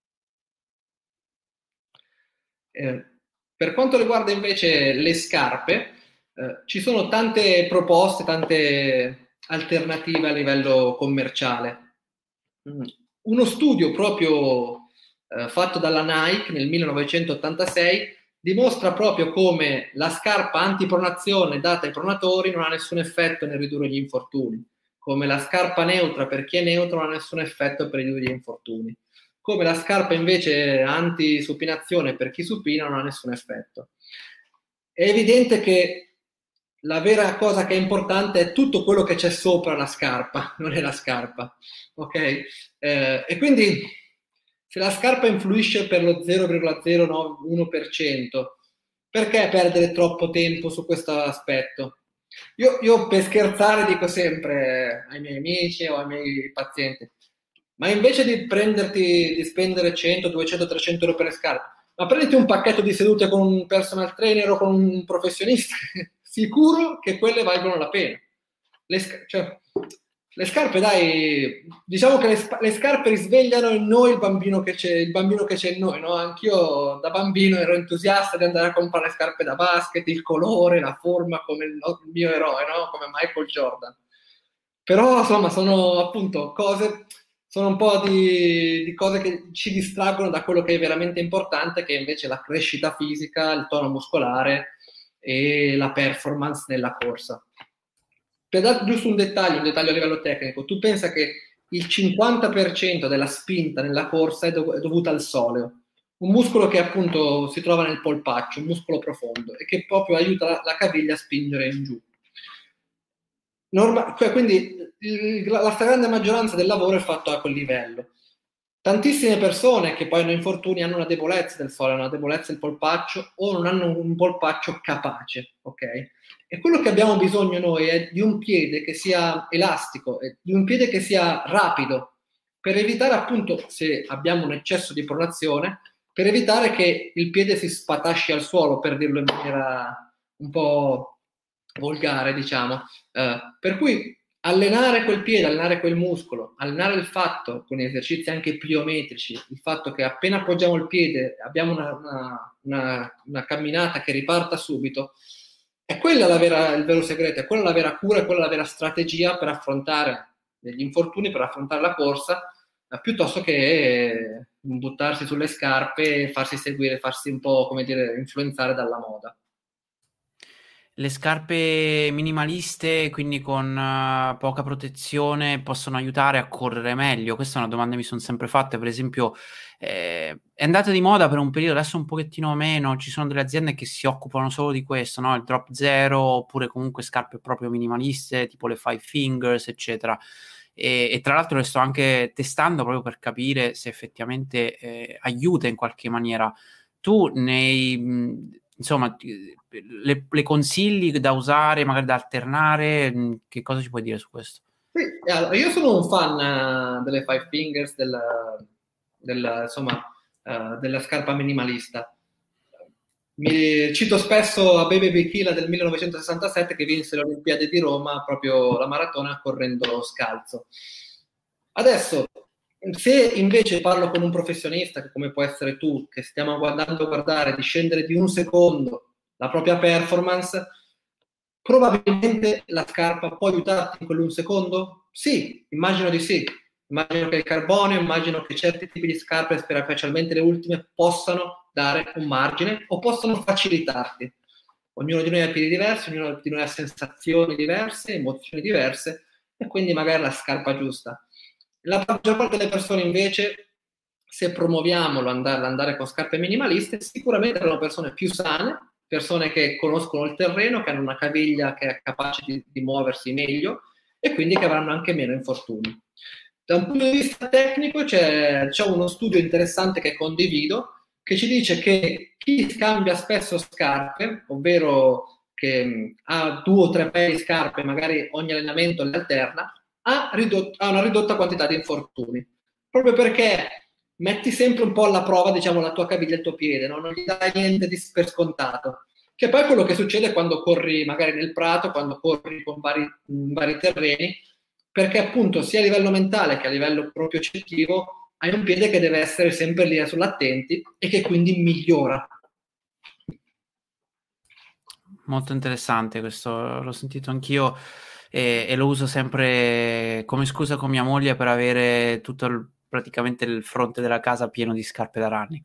Eh, per quanto riguarda invece le scarpe, eh, ci sono tante proposte, tante alternative a livello commerciale. Mm. Uno studio proprio eh, fatto dalla Nike nel millenovecentottantasei dimostra proprio come la scarpa antipronazione data ai pronatori non ha nessun effetto nel ridurre gli infortuni, come la scarpa neutra per chi è neutro non ha nessun effetto per ridurre gli infortuni, come la scarpa invece anti-supinazione per chi supina non ha nessun effetto. È evidente che la vera cosa che è importante è tutto quello che c'è sopra la scarpa, non è la scarpa, ok? Eh, e quindi se la scarpa influisce per lo zero virgola zero uno per cento, perché perdere troppo tempo su questo aspetto? Io, io per scherzare dico sempre ai miei amici o ai miei pazienti, ma invece di prenderti, di spendere cento, duecento, trecento euro per le scarpe, ma prenditi un pacchetto di sedute con un personal trainer o con un professionista, sicuro che quelle valgono la pena. Le, sc- cioè, le scarpe, dai, diciamo che le, le scarpe risvegliano in noi il bambino che c'è, il bambino che c'è in noi, no? Anch'io da bambino ero entusiasta di andare a comprare le scarpe da basket, il colore, la forma, come il, il mio eroe, no? Come Michael Jordan. Però, insomma, sono appunto cose, sono un po' di, di cose che ci distraggono da quello che è veramente importante, che è invece la crescita fisica, il tono muscolare e la performance nella corsa. Per dare giusto un dettaglio, un dettaglio a livello tecnico, tu pensa che il cinquanta per cento della spinta nella corsa è, dov- è dovuta al soleo, un muscolo che appunto si trova nel polpaccio, un muscolo profondo e che proprio aiuta la, la caviglia a spingere in giù. Norma- cioè, quindi il, la stragrande maggioranza del lavoro è fatto a quel livello. Tantissime persone che poi hanno infortuni hanno una debolezza del soleo, una debolezza del polpaccio o non hanno un polpaccio capace, ok? E quello che abbiamo bisogno noi è di un piede che sia elastico, di un piede che sia rapido, per evitare appunto, se abbiamo un eccesso di pronazione, per evitare che il piede si spatasci al suolo, per dirlo in maniera un po' volgare, diciamo. Uh, per cui allenare quel piede, allenare quel muscolo, allenare il fatto, con esercizi anche pliometrici, il fatto che appena appoggiamo il piede abbiamo una, una, una, una camminata che riparta subito, è quella la vera, il vero segreto, è quella la vera cura, è quella la vera strategia per affrontare gli infortuni, per affrontare la corsa, eh, piuttosto che eh, buttarsi sulle scarpe e farsi seguire, farsi un po', come dire, influenzare dalla moda. Le scarpe minimaliste, quindi con uh, poca protezione, possono aiutare a correre meglio? Questa è una domanda che mi sono sempre fatta. Per esempio, eh, è andata di moda per un periodo, adesso un pochettino meno. Ci sono delle aziende che si occupano solo di questo, no? Il drop zero, oppure comunque scarpe proprio minimaliste, tipo le Five Fingers, eccetera. E, e tra l'altro le sto anche testando proprio per capire se effettivamente eh, aiuta in qualche maniera. Tu nei... Mh, insomma, le, le consigli da usare, magari da alternare? Che cosa ci puoi dire su questo? Sì, allora, io sono un fan uh, delle Five Fingers, del, del, insomma, uh, della scarpa minimalista. Mi cito spesso a Bebe Bikila del millenovecentosessantasette che vinse le Olimpiadi di Roma, proprio la maratona, correndo scalzo. Adesso, se invece parlo con un professionista, che come può essere tu, che stiamo guardando a guardare di scendere di un secondo la propria performance, probabilmente la scarpa può aiutarti in quell'un secondo? Sì, immagino di sì. Immagino che il carbonio, immagino che certi tipi di scarpe, specialmente le ultime, possano dare un margine o possono facilitarti. Ognuno di noi ha piedi diversi, ognuno di noi ha sensazioni diverse, emozioni diverse, e quindi magari la scarpa giusta. La maggior parte delle persone invece, se promuoviamo l'andare, l'andare con scarpe minimaliste, sicuramente erano persone più sane, persone che conoscono il terreno, che hanno una caviglia che è capace di, di muoversi meglio e quindi che avranno anche meno infortuni. Da un punto di vista tecnico c'è, c'è uno studio interessante che condivido, che ci dice che chi scambia spesso scarpe, ovvero che mh, ha due o tre paia di scarpe, magari ogni allenamento le alterna, ha, ridotto, ha una ridotta quantità di infortuni, proprio perché metti sempre un po' alla prova, diciamo, la tua caviglia e il tuo piede, no? Non gli dai niente di per scontato. Che poi è quello che succede quando corri magari nel prato, quando corri con vari, vari terreni, perché appunto sia a livello mentale che a livello proprio oggettivo hai un piede che deve essere sempre lì sull'attenti e che quindi migliora. Molto interessante questo, l'ho sentito anch'io e, e lo uso sempre come scusa con mia moglie per avere tutto il, praticamente il fronte della casa pieno di scarpe da running.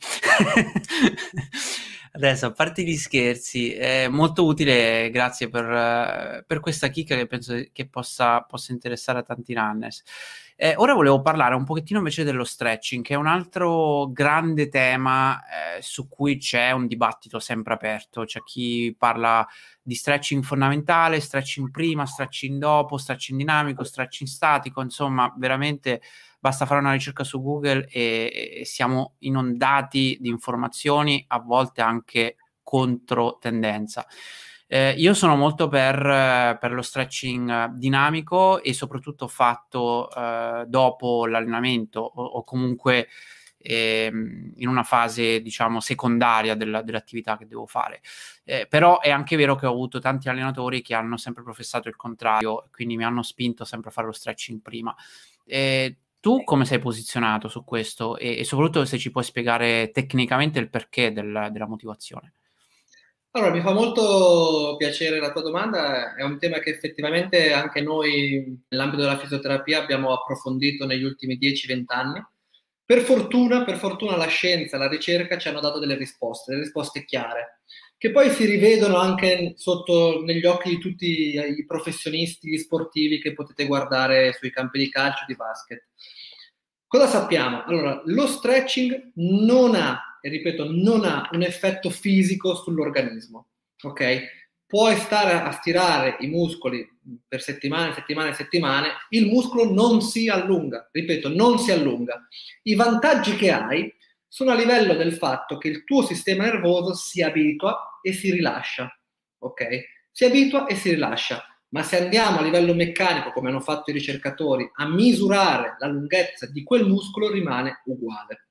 Adesso, a parte gli scherzi, è molto utile, grazie per, per questa chicca che penso che possa, possa interessare a tanti runners. Eh, ora volevo parlare un pochettino invece dello stretching, che è un altro grande tema eh, su cui c'è un dibattito sempre aperto. C'è chi parla di stretching fondamentale, stretching prima, stretching dopo, stretching dinamico, stretching statico, insomma, veramente basta fare una ricerca su Google e, e siamo inondati di informazioni, a volte anche contro tendenza. Eh, io sono molto per, per lo stretching dinamico e soprattutto fatto eh, dopo l'allenamento o, o comunque ehm, in una fase, diciamo, secondaria della, dell'attività che devo fare. Eh, però è anche vero che ho avuto tanti allenatori che hanno sempre professato il contrario, quindi mi hanno spinto sempre a fare lo stretching prima. Eh, tu come sei posizionato su questo e, e soprattutto se ci puoi spiegare tecnicamente il perché del, della motivazione? Allora, mi fa molto piacere la tua domanda, è un tema che effettivamente anche noi nell'ambito della fisioterapia abbiamo approfondito negli ultimi dieci venti anni. Per fortuna, per fortuna la scienza, la ricerca ci hanno dato delle risposte, delle risposte chiare, che poi si rivedono anche sotto, negli occhi di tutti i professionisti, gli sportivi che potete guardare sui campi di calcio e di basket. Cosa sappiamo? Allora, lo stretching non ha, e ripeto, non ha un effetto fisico sull'organismo, ok? Puoi stare a stirare i muscoli per settimane, settimane, settimane, il muscolo non si allunga, ripeto, non si allunga. I vantaggi che hai sono a livello del fatto che il tuo sistema nervoso si abitua e si rilascia, ok? Si abitua e si rilascia. Ma se andiamo a livello meccanico, come hanno fatto i ricercatori, a misurare la lunghezza di quel muscolo, rimane uguale.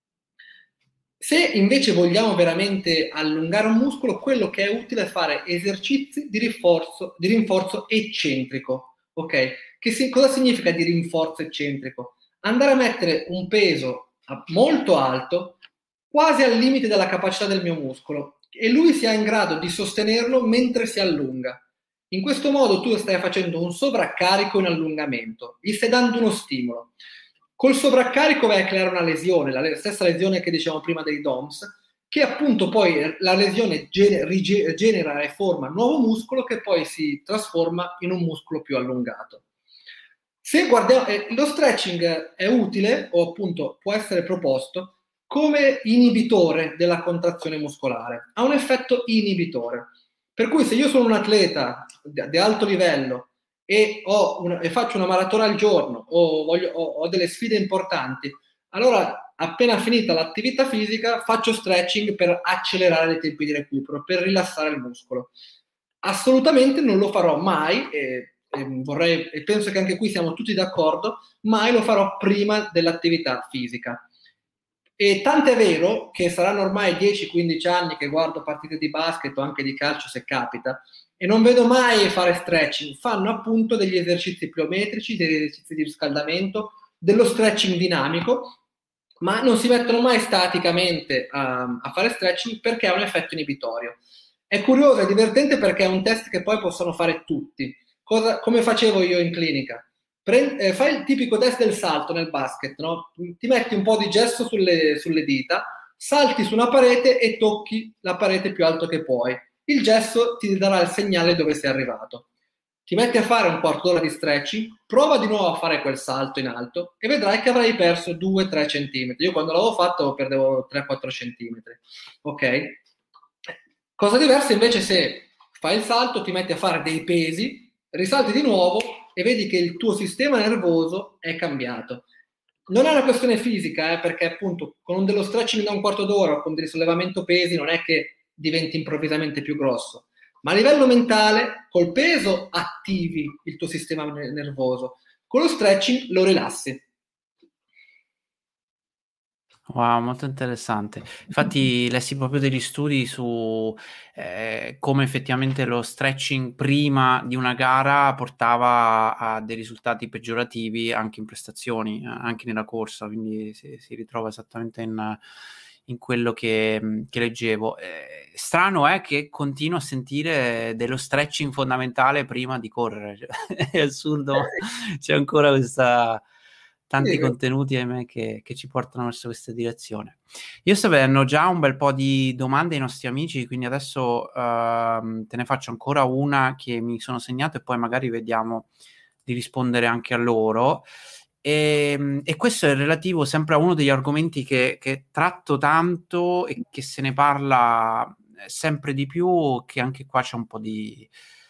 Se invece vogliamo veramente allungare un muscolo, quello che è utile è fare esercizi di rinforzo, di rinforzo eccentrico. Ok? Che si, cosa significa di rinforzo eccentrico? Andare a mettere un peso molto alto, quasi al limite della capacità del mio muscolo, e lui sia in grado di sostenerlo mentre si allunga. In questo modo tu stai facendo un sovraccarico in allungamento, gli stai dando uno stimolo. Col sovraccarico vai a creare una lesione, la stessa lesione che dicevamo prima dei D O M S, che appunto poi la lesione genera e forma nuovo muscolo che poi si trasforma in un muscolo più allungato. Se guardiamo, eh, lo stretching è utile o appunto può essere proposto come inibitore della contrazione muscolare, ha un effetto inibitore. Per cui se io sono un atleta di alto livello e, ho una, e faccio una maratona al giorno o, voglio, o ho delle sfide importanti, allora appena finita l'attività fisica faccio stretching per accelerare i tempi di recupero, per rilassare il muscolo. Assolutamente non lo farò mai, e, e, vorrei, e penso che anche qui siamo tutti d'accordo, mai lo farò prima dell'attività fisica. E tant'è vero che saranno ormai dieci quindici anni che guardo partite di basket o anche di calcio se capita e non vedo mai fare stretching, fanno appunto degli esercizi pliometrici, degli esercizi di riscaldamento, dello stretching dinamico, ma non si mettono mai staticamente a, a fare stretching perché ha un effetto inibitorio. È curioso, è divertente perché è un test che poi possono fare tutti. Cosa, come facevo io in clinica? Prend, eh, fai il tipico test del salto nel basket, no? Ti metti un po' di gesso sulle, sulle dita, salti su una parete e tocchi la parete più alto che puoi. Il gesso ti darà il segnale dove sei arrivato. Ti metti a fare un quarto d'ora di stretching, prova di nuovo a fare quel salto in alto e vedrai che avrai perso due tre centimetri. Io quando l'avevo fatto perdevo tre quattro centimetri. Ok? Cosa diversa invece se fai il salto, ti metti a fare dei pesi, risalti di nuovo e vedi che il tuo sistema nervoso è cambiato. Non è una questione fisica, eh, perché appunto con dello stretching da un quarto d'ora o con del sollevamento pesi non è che diventi improvvisamente più grosso, ma a livello mentale col peso attivi il tuo sistema nervoso, con lo stretching lo rilassi. Wow, molto interessante. Infatti lessi proprio degli studi su eh, come effettivamente lo stretching prima di una gara portava a dei risultati peggiorativi anche in prestazioni, eh, anche nella corsa, quindi si, si ritrova esattamente in, in quello che, che leggevo. Eh, strano è che continuo a sentire dello stretching fondamentale prima di correre, cioè, è assurdo, ma c'è ancora questa tanti Sì, contenuti, ahimè, che, che ci portano verso questa direzione. Io sto avendo già un bel po' di domande ai nostri amici, quindi adesso ehm, te ne faccio ancora una che mi sono segnato e poi magari vediamo di rispondere anche a loro. E, e questo è relativo sempre a uno degli argomenti che, che tratto tanto e che se ne parla sempre di più, che anche qua c'è un po' di...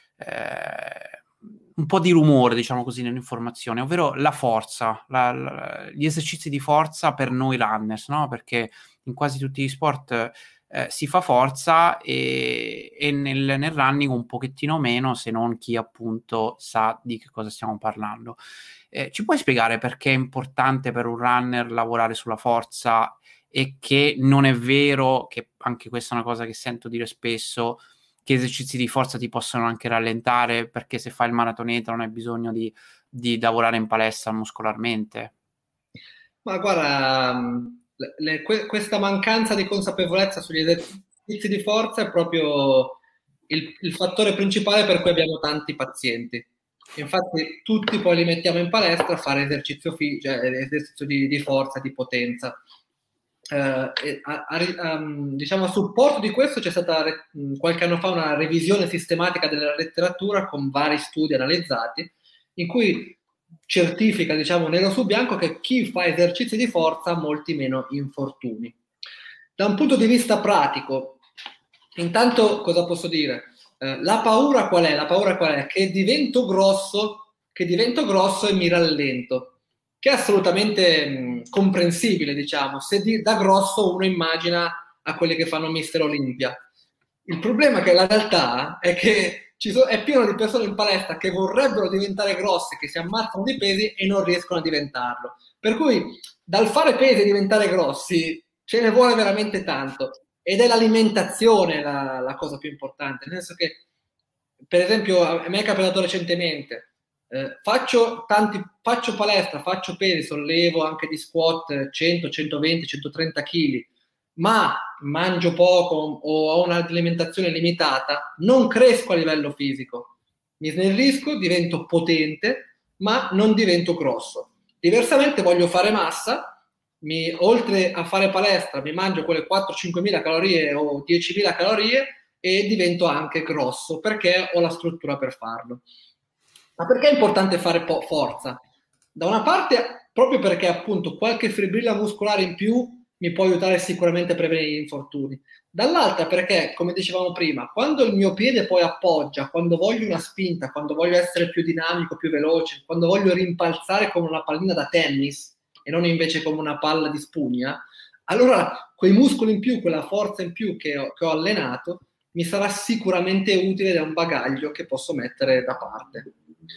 Eh, un po' di rumore, diciamo così, nell'informazione, ovvero la forza, la- la- gli esercizi di forza per noi runners, no? Perché in quasi tutti gli sport eh, si fa forza e, e nel, nel running un pochettino meno, se non chi appunto sa di che cosa stiamo parlando. Eh, ci puoi spiegare perché è importante per un runner lavorare sulla forza e che non è vero, che anche questa è una cosa che sento dire spesso, che esercizi di forza ti possono anche rallentare, perché se fai il maratoneta non hai bisogno di, di lavorare in palestra muscolarmente. ma guarda, mh, le- le- que- questa mancanza di consapevolezza sugli esercizi di forza è proprio il, il fattore principale per cui abbiamo tanti pazienti. Infatti, tutti poi li mettiamo in palestra a fare esercizio, fi- cioè, esercizio di, di forza, di potenza. Eh, e a, a, a- diciamo, a supporto di questo c'è stata re- mh, qualche anno fa una revisione sistematica della letteratura con vari studi analizzati in cui certifica, diciamo, nero su bianco che chi fa esercizi di forza ha molti meno infortuni. Da un punto di vista pratico, intanto cosa posso dire? Eh, la paura qual è? La paura qual è? Che divento grosso, che divento grosso e mi rallento, che è assolutamente mh, comprensibile, diciamo. Se di, da grosso uno immagina a quelli che fanno Mister Olympia. Il problema è che la realtà è che ci so, è pieno di persone in palestra che vorrebbero diventare grosse, che si ammazzano di pesi e non riescono a diventarlo. Per cui dal fare pesi e diventare grossi ce ne vuole veramente tanto. Ed è l'alimentazione la, la cosa più importante. Nel senso che, per esempio, a me è capitato recentemente, eh, faccio, tanti, faccio palestra, faccio pesi, sollevo anche di squat cento, centoventi, centotrenta kg, ma mangio poco o ho un'alimentazione limitata, non cresco a livello fisico. Mi snellisco, divento potente, ma non divento grosso. Diversamente voglio fare massa, mi, oltre a fare palestra mi mangio quelle quattro cinque mila calorie o dieci mila calorie e divento anche grosso perché ho la struttura per farlo. Ma perché è importante fare po- forza? Da una parte, proprio perché appunto qualche fibrilla muscolare in più mi può aiutare sicuramente a prevenire gli infortuni. Dall'altra perché, come dicevamo prima, quando il mio piede poi appoggia, quando voglio una spinta, quando voglio essere più dinamico, più veloce, quando voglio rimpalzare come una pallina da tennis e non invece come una palla di spugna, allora quei muscoli in più, quella forza in più che ho, che ho allenato, mi sarà sicuramente utile da un bagaglio che posso mettere da parte.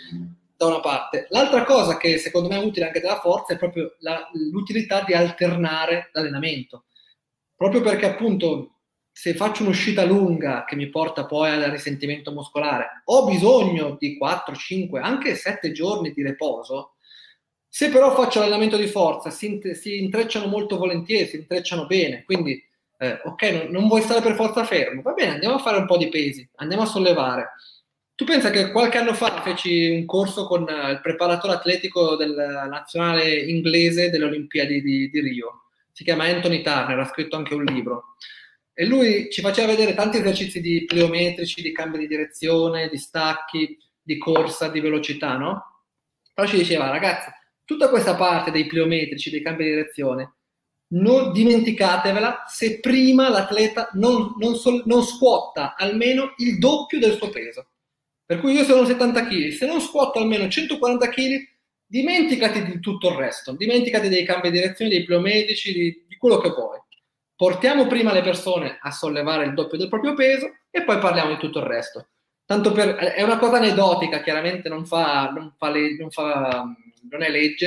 Da una parte. L'altra cosa che secondo me è utile anche della forza è proprio la, l'utilità di alternare l'allenamento. Proprio perché appunto se faccio un'uscita lunga che mi porta poi al risentimento muscolare, ho bisogno di quattro, cinque, anche sette giorni di riposo. Se però faccio l'allenamento di forza, si, si intrecciano molto volentieri, si intrecciano bene, quindi eh, ok, non, non vuoi stare per forza fermo, va bene, andiamo a fare un po' di pesi, andiamo a sollevare. Tu pensa che qualche anno fa feci un corso con eh, il preparatore atletico del nazionale inglese delle Olimpiadi di, di Rio, si chiama Anthony Turner, ha scritto anche un libro, e lui ci faceva vedere tanti esercizi di pliometrici, di cambio di direzione, di stacchi, di corsa, di velocità, no? Però ci diceva, ragazzi, tutta questa parte dei pliometrici, dei cambi di direzione, non dimenticatevela se prima l'atleta non, non, sol, non squatta almeno il doppio del suo peso. Per cui io sono settanta chili, se non squatto almeno centoquaranta chili, dimenticati di tutto il resto, dimenticati dei cambi di direzione, dei pliometrici, di, di quello che vuoi. Portiamo prima le persone a sollevare il doppio del proprio peso e poi parliamo di tutto il resto. Tanto per, è una cosa aneddotica, chiaramente non, fa, non, fa, non, fa, non è legge,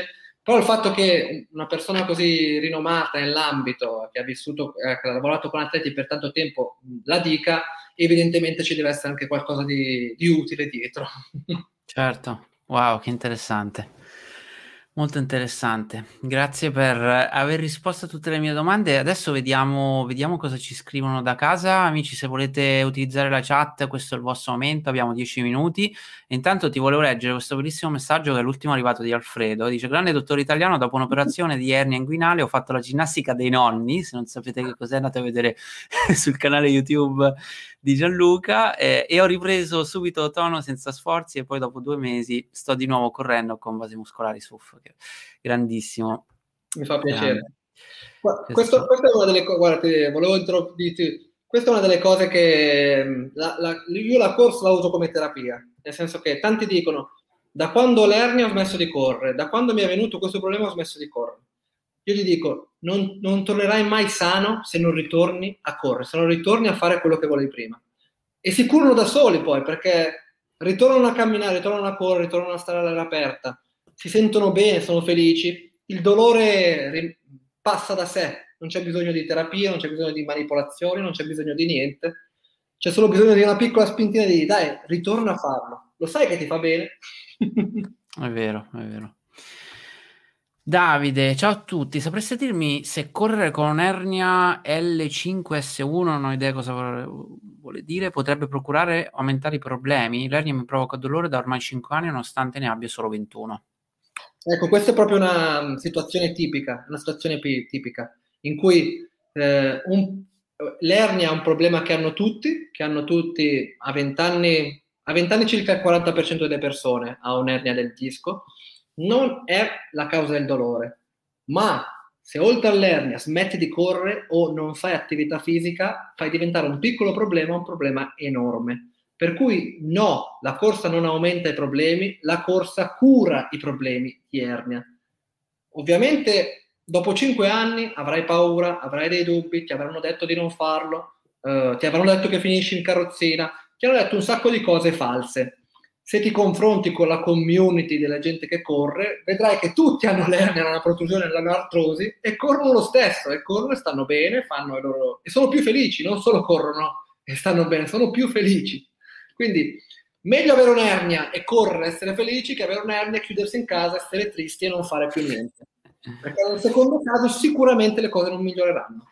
Però il fatto che una persona così rinomata nell'ambito, che ha vissuto, eh, che ha lavorato con atleti per tanto tempo, la dica, evidentemente ci deve essere anche qualcosa di, di utile dietro. Certo, wow, che interessante. Molto interessante. Grazie per aver risposto a tutte le mie domande. Adesso vediamo, vediamo cosa ci scrivono da casa. Amici, se volete utilizzare la chat, questo è il vostro momento, abbiamo dieci minuti. E intanto ti volevo leggere questo bellissimo messaggio che è l'ultimo arrivato di Alfredo. Dice: grande dottore Italiano, dopo un'operazione di ernia inguinale ho fatto la ginnastica dei nonni. Se non sapete che cos'è, andate a vedere sul canale YouTube di Gianluca, eh, e ho ripreso subito tono senza sforzi e poi dopo due mesi sto di nuovo correndo con basi muscolari S U F. Grandissimo. Mi fa piacere. Grande. Questo, questa è una delle cose, guarda, ti volevo introdurre, questa è una delle cose che la, la, io la corsa la uso come terapia, nel senso che tanti dicono: da quando ho l'ernia ho smesso di correre, da quando mi è venuto questo problema ho smesso di correre. Io gli dico: non, non tornerai mai sano se non ritorni a correre, se non ritorni a fare quello che volevi prima. E si curano da soli poi, perché ritornano a camminare, ritornano a correre, ritornano a stare all'aria aperta, si sentono bene, sono felici, il dolore ri- passa da sé, non c'è bisogno di terapia, non c'è bisogno di manipolazioni, non c'è bisogno di niente, c'è solo bisogno di una piccola spintina di dai, ritorna a farlo, lo sai che ti fa bene? È vero, è vero. Davide, ciao a tutti, sapreste dirmi se correre con un'ernia L cinque S uno, non ho idea cosa vuole dire, potrebbe procurare o aumentare i problemi? L'ernia mi provoca dolore da ormai cinque anni nonostante ne abbia solo ventuno. Ecco, questa è proprio una situazione tipica, una situazione p- tipica, in cui eh, un, l'ernia è un problema che hanno tutti, che hanno tutti a venti anni, a venti anni circa il quaranta per cento delle persone ha un'ernia del disco, non è la causa del dolore, ma se oltre all'ernia smetti di correre o non fai attività fisica, fai diventare un piccolo problema un problema enorme. Per cui no, la corsa non aumenta i problemi, la corsa cura i problemi di ernia. Ovviamente dopo cinque anni avrai paura, avrai dei dubbi, ti avranno detto di non farlo, eh, ti avranno detto che finisci in carrozzina, ti hanno detto un sacco di cose false. Se ti confronti con la community della gente che corre, vedrai che tutti hanno l'ernia, la protrusione, l'artrosi e corrono lo stesso, e corrono e stanno bene, fanno i loro... e sono più felici, non solo corrono e stanno bene, sono più felici. Quindi meglio avere un'ernia e correre, essere felici, che avere un'ernia, chiudersi in casa, essere tristi e non fare più niente. Perché nel secondo caso sicuramente le cose non miglioreranno.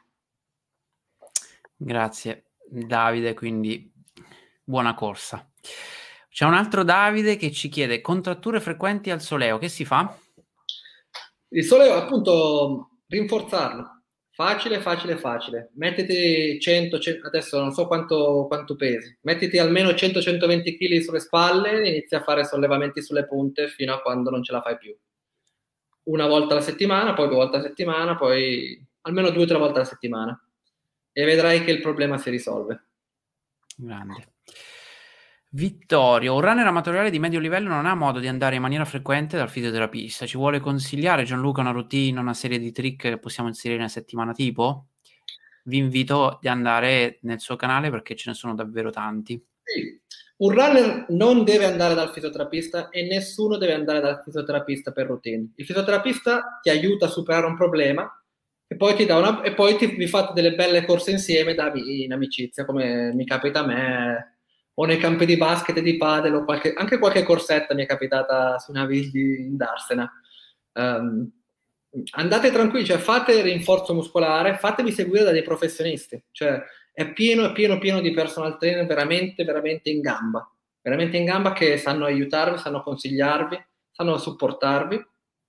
Grazie Davide, quindi buona corsa. C'è un altro Davide che ci chiede: contratture frequenti al soleo, che si fa? Il soleo, appunto, rinforzarlo. Facile, facile, facile. Mettiti cento, cento adesso non so quanto, quanto pesi, mettiti almeno cento centoventi kg sulle spalle e inizi a fare sollevamenti sulle punte fino a quando non ce la fai più. Una volta alla settimana, poi due volte alla settimana, poi almeno due o tre volte alla settimana. E vedrai che il problema si risolve. Grande. Vittorio, un runner amatoriale di medio livello non ha modo di andare in maniera frequente dal fisioterapista. Ci vuole consigliare, Gianluca, una routine, una serie di trick che possiamo inserire in una settimana tipo? Vi invito ad andare nel suo canale perché ce ne sono davvero tanti. Sì. Un runner non deve andare dal fisioterapista e nessuno deve andare dal fisioterapista per routine. Il fisioterapista ti aiuta a superare un problema e poi ti dà una, e poi ti, vi fate delle belle corse insieme da, in amicizia, come mi capita a me, o nei campi di basket e di padel, o qualche, anche qualche corsetta mi è capitata su una Navilli in Darsena. Um, andate tranquilli, cioè fate rinforzo muscolare, fatevi seguire da dei professionisti, cioè è pieno, è pieno, pieno di personal trainer veramente, veramente in gamba, veramente in gamba, che sanno aiutarvi, sanno consigliarvi, sanno supportarvi,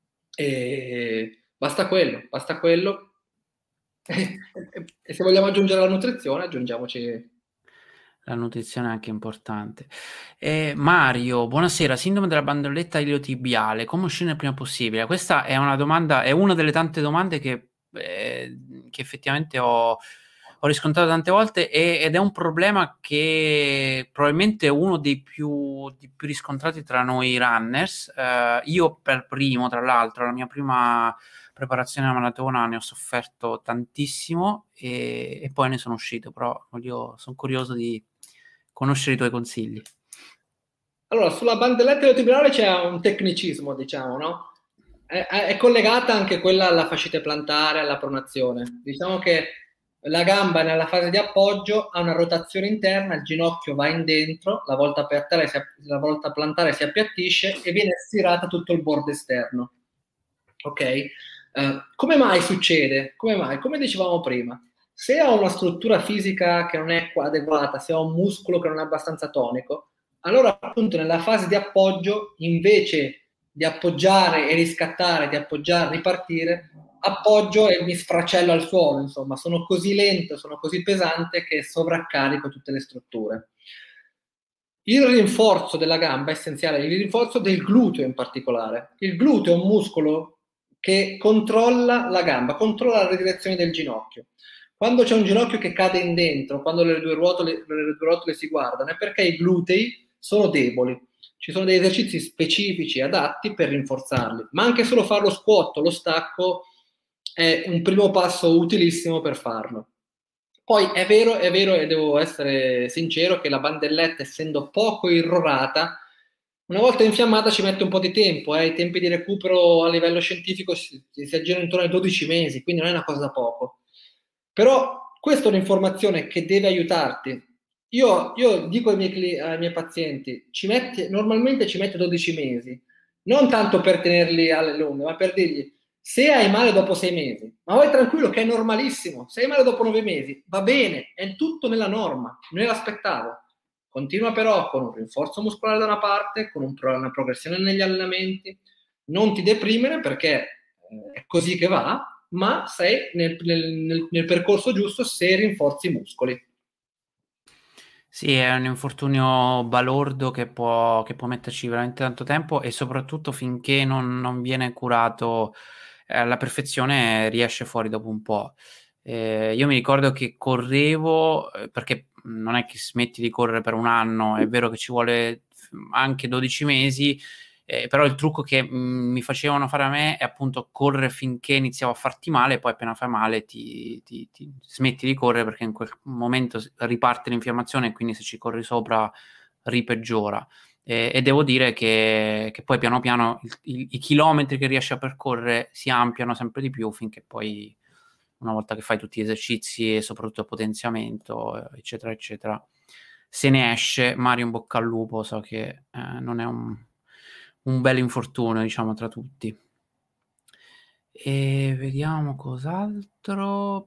e basta quello, basta quello. E, e se vogliamo aggiungere la nutrizione, aggiungiamoci. La nutrizione è anche importante. Eh, Mario, buonasera. Sindrome della bandoletta iliotibiale, come uscire il prima possibile? Questa è una domanda, è una delle tante domande che, eh, che effettivamente ho, ho riscontrato tante volte, e, ed è un problema che probabilmente è uno dei più, di più riscontrati tra noi runners. Eh, io per primo, tra l'altro, la mia prima preparazione alla maratona ne ho sofferto tantissimo e, e poi ne sono uscito, però io sono curioso di conoscere i tuoi consigli. Allora, sulla bandelletta iliotibiale c'è un tecnicismo, diciamo, no? è, è collegata anche quella alla fascite plantare, alla pronazione. Diciamo che la gamba nella fase di appoggio ha una rotazione interna, il ginocchio va in dentro, la volta plantare si, la volta plantare si appiattisce e viene stirata tutto il bordo esterno. Ok? Uh, come mai succede? Come mai? Come dicevamo prima, se ho una struttura fisica che non è adeguata, se ho un muscolo che non è abbastanza tonico, allora appunto nella fase di appoggio, invece di appoggiare e riscattare, di appoggiare e ripartire, appoggio e mi sfracello al suolo, insomma, sono così lento, sono così pesante che sovraccarico tutte le strutture. Il rinforzo della gamba è essenziale, il rinforzo del gluteo in particolare. Il gluteo è un muscolo che controlla la gamba, controlla la direzione del ginocchio. Quando c'è un ginocchio che cade in dentro, quando le due rotole, le due rotole si guardano, è perché i glutei sono deboli. Ci sono degli esercizi specifici adatti per rinforzarli, ma anche solo fare lo squat, lo stacco, è un primo passo utilissimo per farlo. Poi è vero, è vero e devo essere sincero che la bandelletta, essendo poco irrorata, una volta infiammata ci mette un po' di tempo, eh. I tempi di recupero a livello scientifico si, si aggirano intorno ai dodici mesi, quindi non è una cosa da poco. Però questa è un'informazione che deve aiutarti. Io, io dico ai miei, ai miei pazienti, ci metti, normalmente ci mette dodici mesi, non tanto per tenerli alle lunghe, ma per dirgli, se hai male dopo sei mesi, ma vai tranquillo che è normalissimo, se hai male dopo nove mesi, va bene, è tutto nella norma, me l'aspettavo. Continua però con un rinforzo muscolare da una parte, con un pro, una progressione negli allenamenti, non ti deprimere perché eh, è così che va, ma sei nel, nel, nel percorso giusto se rinforzi i muscoli. Sì, è un infortunio balordo che può, che può metterci veramente tanto tempo e soprattutto finché non, non viene curato eh, alla perfezione riesce fuori dopo un po'. Eh, io mi ricordo che correvo, eh, perché non è che smetti di correre per un anno, è vero che ci vuole anche dodici mesi, eh, però il trucco che mh, mi facevano fare a me è appunto correre finché iniziavo a farti male, poi appena fai male ti, ti, ti smetti di correre perché in quel momento riparte l'infiammazione e quindi se ci corri sopra ripeggiora. E, e devo dire che, che poi piano piano il, il, i chilometri che riesci a percorrere si ampliano sempre di più finché poi una volta che fai tutti gli esercizi e soprattutto potenziamento eccetera eccetera se ne esce. Mario in bocca al lupo, so che eh, non è un un bel infortunio, diciamo, tra tutti. E vediamo cos'altro.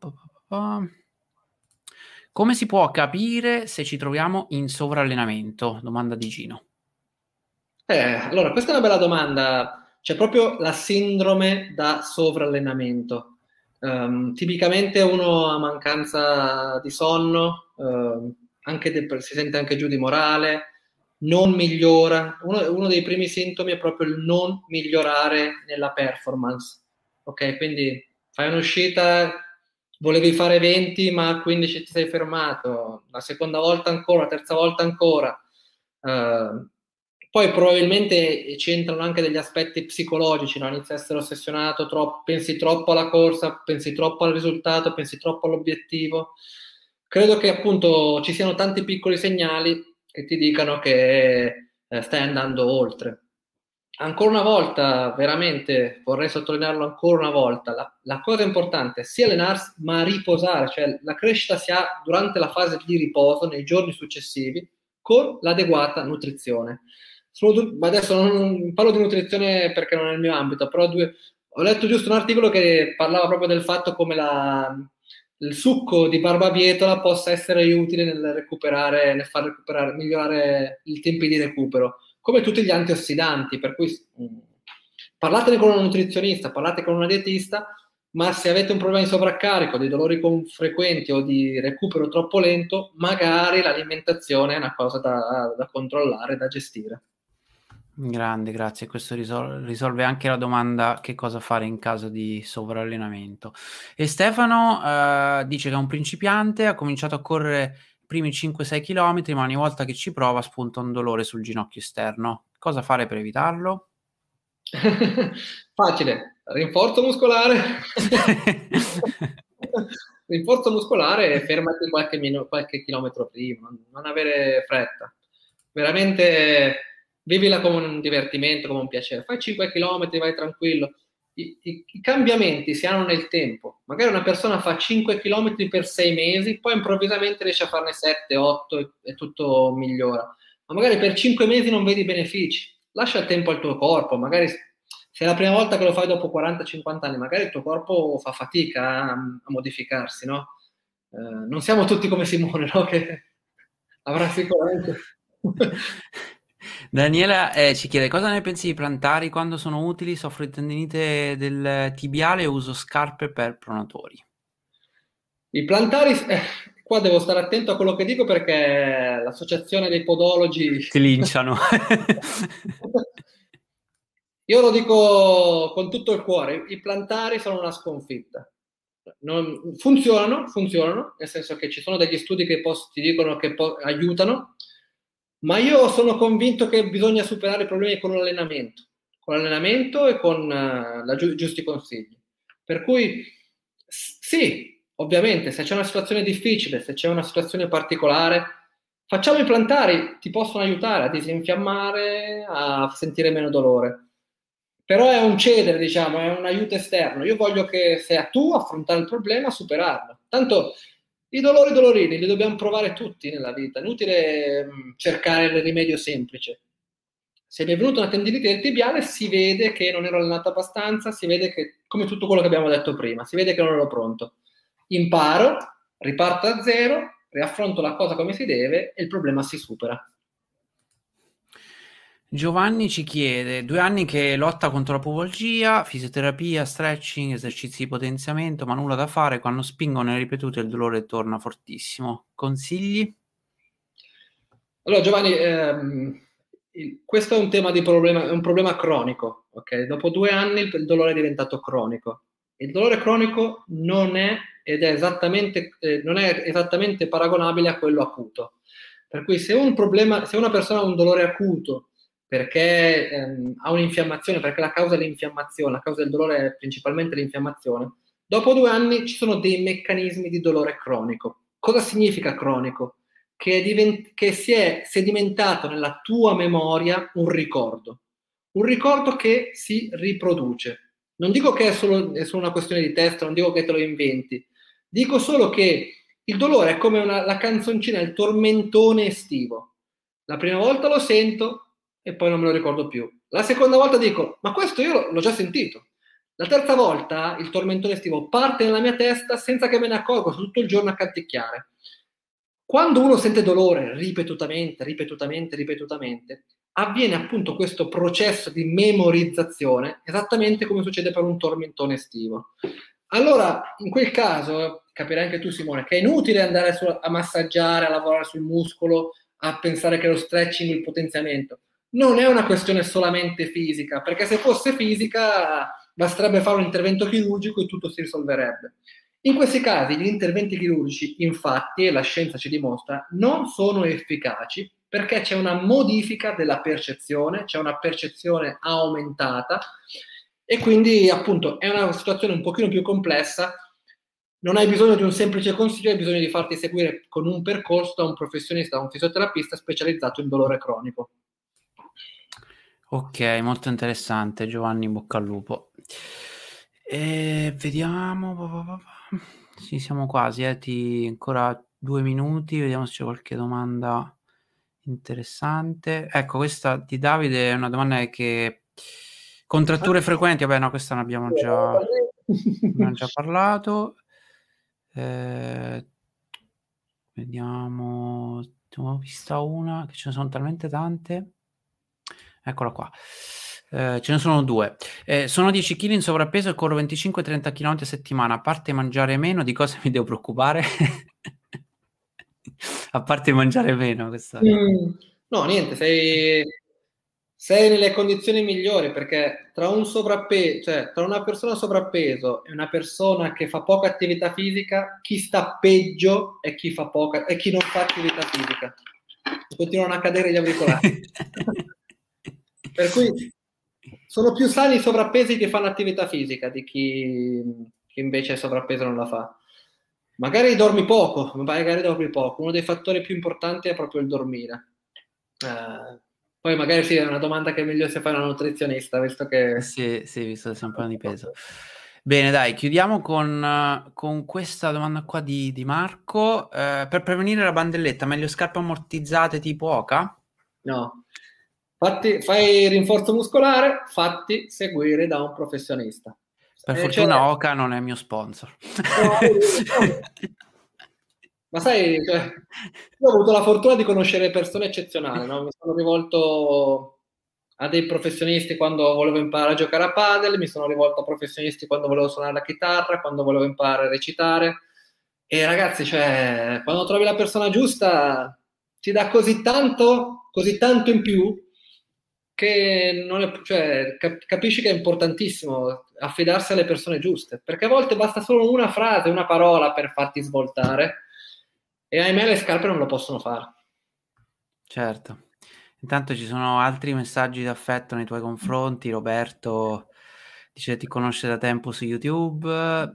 Come si può capire se ci troviamo in sovrallenamento? Domanda di Gino. Eh, allora, questa è una bella domanda. C'è proprio la sindrome da sovrallenamento. Um, tipicamente uno ha mancanza di sonno, uh, anche de- si sente anche giù di morale, non migliora. Uno, uno dei primi sintomi è proprio il non migliorare nella performance. Ok, quindi fai un'uscita, volevi fare venti, ma a quindici ti sei fermato, la seconda volta ancora, la terza volta ancora. Uh, poi probabilmente c'entrano anche degli aspetti psicologici, no? Inizi a essere ossessionato, troppo, pensi troppo alla corsa, pensi troppo al risultato, pensi troppo all'obiettivo. Credo che appunto ci siano tanti piccoli segnali che ti dicano che eh, stai andando oltre. Ancora una volta, veramente vorrei sottolinearlo ancora una volta, la, la cosa importante è sia allenarsi ma riposare, cioè la crescita si ha durante la fase di riposo, nei giorni successivi, con l'adeguata nutrizione. Sono, ma adesso non parlo di nutrizione perché non è il mio ambito, però due, ho letto giusto un articolo che parlava proprio del fatto come la, il succo di barbabietola possa essere utile nel recuperare, nel far recuperare, migliorare i tempi di recupero, come tutti gli antiossidanti, per cui mh, parlatene con un nutrizionista, parlate con una dietista, ma se avete un problema di sovraccarico, di dolori frequenti o di recupero troppo lento, magari l'alimentazione è una cosa da, da controllare, da gestire. Grande, grazie. Questo risol- risolve anche la domanda che cosa fare in caso di sovrallenamento. E Stefano eh, dice che è un principiante, ha cominciato a correre i primi cinque sei chilometri, ma ogni volta che ci prova spunta un dolore sul ginocchio esterno. Cosa fare per evitarlo? Facile, rinforzo muscolare. Rinforzo muscolare e fermati qualche, minu- qualche chilometro prima, non avere fretta. Veramente vivila come un divertimento, come un piacere. Fai cinque chilometri, vai tranquillo. i, i, i cambiamenti si hanno nel tempo. Magari una persona fa cinque chilometri per sei mesi, poi improvvisamente riesce a farne sette, otto e, e tutto migliora. Ma magari per cinque mesi non vedi benefici. Lascia il tempo al tuo corpo, magari se è la prima volta che lo fai dopo quaranta cinquanta anni, magari il tuo corpo fa fatica a, a modificarsi, no? Eh, non siamo tutti come Simone, no? Che avrà sicuramente... Daniela eh, ci chiede cosa ne pensi di plantari quando sono utili, soffro di tendinite del tibiale e uso scarpe per pronatori. I plantari, eh, qua devo stare attento a quello che dico perché l'associazione dei podologi... Ti linciano. Io lo dico con tutto il cuore, i plantari sono una sconfitta. Non, funzionano, funzionano, nel senso che ci sono degli studi che posso, ti dicono che po- aiutano, ma io sono convinto che bisogna superare i problemi con l'allenamento, con l'allenamento e con uh, la gi- giusti consigli. Per cui s- sì, ovviamente, se c'è una situazione difficile, se c'è una situazione particolare, facciamo i plantari, ti possono aiutare a disinfiammare, a sentire meno dolore. Però è un cedere, diciamo, è un aiuto esterno. Io voglio che sia tu a affrontare il problema, a superarlo. Tanto i dolori dolorini li dobbiamo provare tutti nella vita. È inutile mh, cercare il rimedio semplice. Se mi è venuta una tendinite del tibiale, si vede che non ero allenato abbastanza, si vede che, come tutto quello che abbiamo detto prima, si vede che non ero pronto. Imparo, riparto da zero, riaffronto la cosa come si deve e il problema si supera. Giovanni ci chiede, due anni che lotta contro la pubalgia, fisioterapia, stretching, esercizi di potenziamento, ma nulla da fare, quando spingono e ripetuti il dolore torna fortissimo. Consigli? Allora Giovanni, ehm, il- questo è un tema di problema, è un problema cronico, ok? Dopo due anni il, il dolore è diventato cronico. Il dolore cronico non è, ed è esattamente, eh, non è esattamente paragonabile a quello acuto. Per cui se un problema, se una persona ha un dolore acuto perché ehm, ha un'infiammazione, perché la causa è l'infiammazione, la causa del dolore è principalmente l'infiammazione, dopo due anni ci sono dei meccanismi di dolore cronico. Cosa significa cronico? Che, è divent- che si è sedimentato nella tua memoria un ricordo, un ricordo che si riproduce. Non dico che è solo, è solo una questione di testa, non dico che te lo inventi, dico solo che il dolore è come una, la canzoncina, il tormentone estivo. La prima volta lo sento e poi non me lo ricordo più. La seconda volta dico, ma questo io l'ho già sentito. La terza volta il tormentone estivo parte nella mia testa senza che me ne accorgo, sto tutto il giorno a canticchiare. Quando uno sente dolore ripetutamente, ripetutamente, ripetutamente, avviene appunto questo processo di memorizzazione, esattamente come succede per un tormentone estivo. Allora, in quel caso, capirai anche tu Simone, che è inutile andare su, a massaggiare, a lavorare sul muscolo, a pensare che lo stretching, il potenziamento, non è una questione solamente fisica, perché se fosse fisica basterebbe fare un intervento chirurgico e tutto si risolverebbe. In questi casi gli interventi chirurgici, infatti, e la scienza ci dimostra, non sono efficaci perché c'è una modifica della percezione, c'è una percezione aumentata e quindi appunto è una situazione un pochino più complessa. Non hai bisogno di un semplice consiglio, hai bisogno di farti seguire con un percorso da un professionista, da un fisioterapista specializzato in dolore cronico. Ok, molto interessante Giovanni, in bocca al lupo. E vediamo, sì, siamo quasi, eh. Ti... ancora due minuti, vediamo se c'è qualche domanda interessante. Ecco, questa di Davide è una domanda che contratture frequenti, vabbè no, questa ne abbiamo già, ne abbiamo già parlato. Eh, vediamo, ne ho vista una, che ce ne sono talmente tante. Eccola qua. Eh, ce ne sono due. Eh, sono dieci chili in sovrappeso e corro venticinque trenta chilometri a settimana. A parte mangiare meno, di cosa mi devo preoccupare? A parte mangiare meno, questa... Mm, no, niente, sei, sei nelle condizioni migliori perché tra un sovrappeso, cioè tra una persona sovrappeso e una persona che fa poca attività fisica, chi sta peggio è chi fa poca e chi non fa attività fisica. Continuano a cadere gli auricolari. Per cui sono più sani i sovrappesi che fanno attività fisica di chi, chi invece è sovrappeso e non la fa. Magari dormi poco, magari dormi poco. Uno dei fattori più importanti è proprio il dormire. Eh, Poi magari sì, è una domanda che è meglio se fai una nutrizionista, visto che... Sì, sì, visto che sei un po' di peso. Bene, dai, chiudiamo con, con questa domanda qua di, di Marco. Eh, per prevenire la bandelletta, meglio scarpe ammortizzate tipo Oca? No. Fatti, fai rinforzo muscolare, fatti seguire da un professionista. Per Eh, cioè, fortuna Oca non è mio sponsor. no, no. Ma sai, cioè, io ho avuto la fortuna di conoscere persone eccezionali, no? Mi sono rivolto a dei professionisti quando volevo imparare a giocare a padel, mi sono rivolto a professionisti quando volevo suonare la chitarra, quando volevo imparare a recitare. E ragazzi, cioè, quando trovi la persona giusta, ti dà così tanto, così tanto in più, che non è, cioè, cap- capisci che è importantissimo affidarsi alle persone giuste, perché a volte basta solo una frase, una parola per farti svoltare, e ahimè le scarpe non lo possono fare. Certo. Intanto ci sono altri messaggi d'affetto nei tuoi confronti. Roberto dice che ti conosce da tempo su YouTube.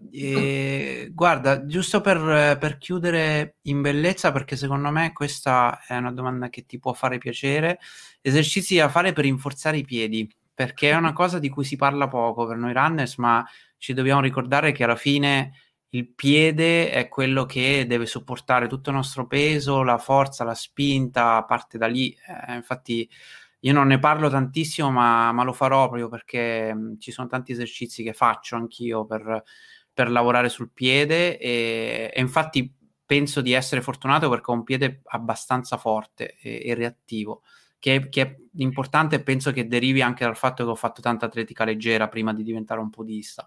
E guarda, giusto per, per chiudere in bellezza, perché secondo me questa è una domanda che ti può fare piacere, esercizi da fare per rinforzare i piedi, perché è una cosa di cui si parla poco per noi runners, ma ci dobbiamo ricordare che alla fine il piede è quello che deve sopportare tutto il nostro peso, la forza, la spinta, parte da lì. Eh, infatti io non ne parlo tantissimo, ma, ma lo farò proprio perché mh, ci sono tanti esercizi che faccio anch'io per, per lavorare sul piede e, e infatti penso di essere fortunato perché ho un piede abbastanza forte e, e reattivo, che, che è importante e penso che derivi anche dal fatto che ho fatto tanta atletica leggera prima di diventare un podista.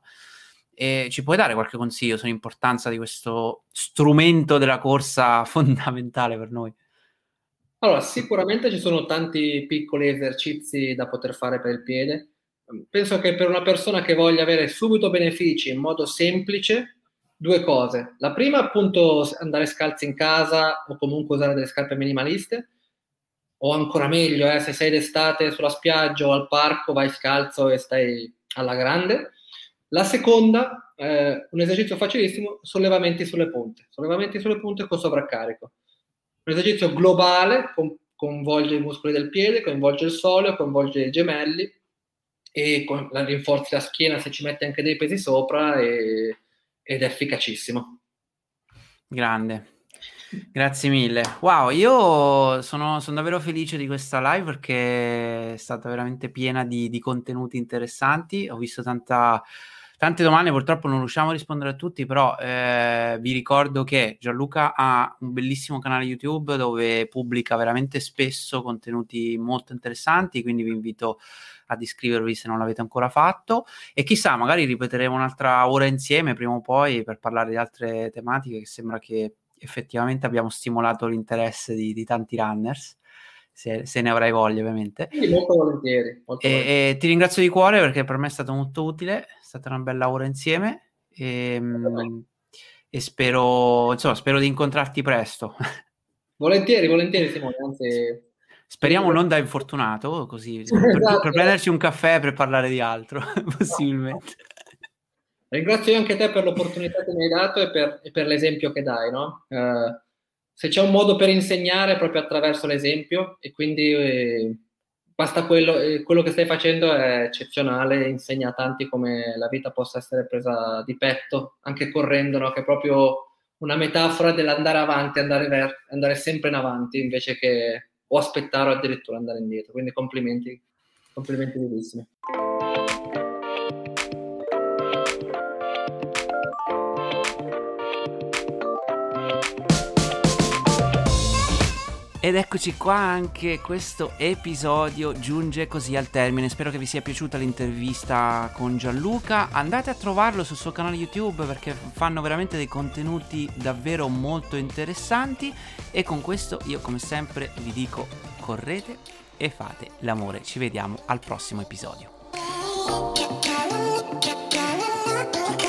E ci puoi dare qualche consiglio sull'importanza di questo strumento della corsa fondamentale per noi? Allora, sicuramente ci sono tanti piccoli esercizi da poter fare per il piede. Penso che per una persona che voglia avere subito benefici in modo semplice, due cose. La prima, appunto, andare scalzi in casa o comunque usare delle scarpe minimaliste, o ancora meglio, eh, se sei d'estate sulla spiaggia o al parco, vai scalzo e stai alla grande. La seconda, eh, un esercizio facilissimo, sollevamenti sulle punte. Sollevamenti sulle punte con sovraccarico. Un esercizio globale, con, coinvolge i muscoli del piede, coinvolge il soleo, coinvolge i gemelli e con, la, rinforzi la schiena se ci metti anche dei pesi sopra e, ed è efficacissimo. Grande. Grazie mille. Wow, io sono, sono davvero felice di questa live perché è stata veramente piena di, di contenuti interessanti. Ho visto tanta, tante domande, purtroppo non riusciamo a rispondere a tutti, però eh, vi ricordo che Gianluca ha un bellissimo canale YouTube dove pubblica veramente spesso contenuti molto interessanti, quindi vi invito ad iscrivervi se non l'avete ancora fatto e chissà, magari ripeteremo un'altra ora insieme prima o poi per parlare di altre tematiche che sembra che effettivamente abbiamo stimolato l'interesse di, di tanti runners, se, se ne avrai voglia ovviamente. Quindi molto volentieri. Molto e, volentieri. e ti ringrazio di cuore perché per me è stato molto utile, è stata una bella ora insieme e, e spero, insomma, spero di incontrarti presto. Volentieri, volentieri Simone, anzi... Speriamo non da infortunato, così, Esatto. per, per prenderci un caffè per parlare di altro, possibilmente. Ringrazio io anche te per l'opportunità che mi hai dato e per, e per l'esempio che dai, no? Eh, se c'è un modo per insegnare è proprio attraverso l'esempio e quindi eh, basta quello, eh, quello che stai facendo è eccezionale, insegna a tanti come la vita possa essere presa di petto, anche correndo, no? Che è proprio una metafora dell'andare avanti, andare, ver- andare sempre in avanti invece che o aspettare o addirittura andare indietro. Quindi complimenti, complimenti bellissimi. Ed eccoci qua, anche questo episodio giunge così al termine. Spero che vi sia piaciuta l'intervista con Gianluca. Andate a trovarlo sul suo canale YouTube perché fanno veramente dei contenuti davvero molto interessanti. E con questo io come sempre vi dico correte e fate l'amore. Ci vediamo al prossimo episodio.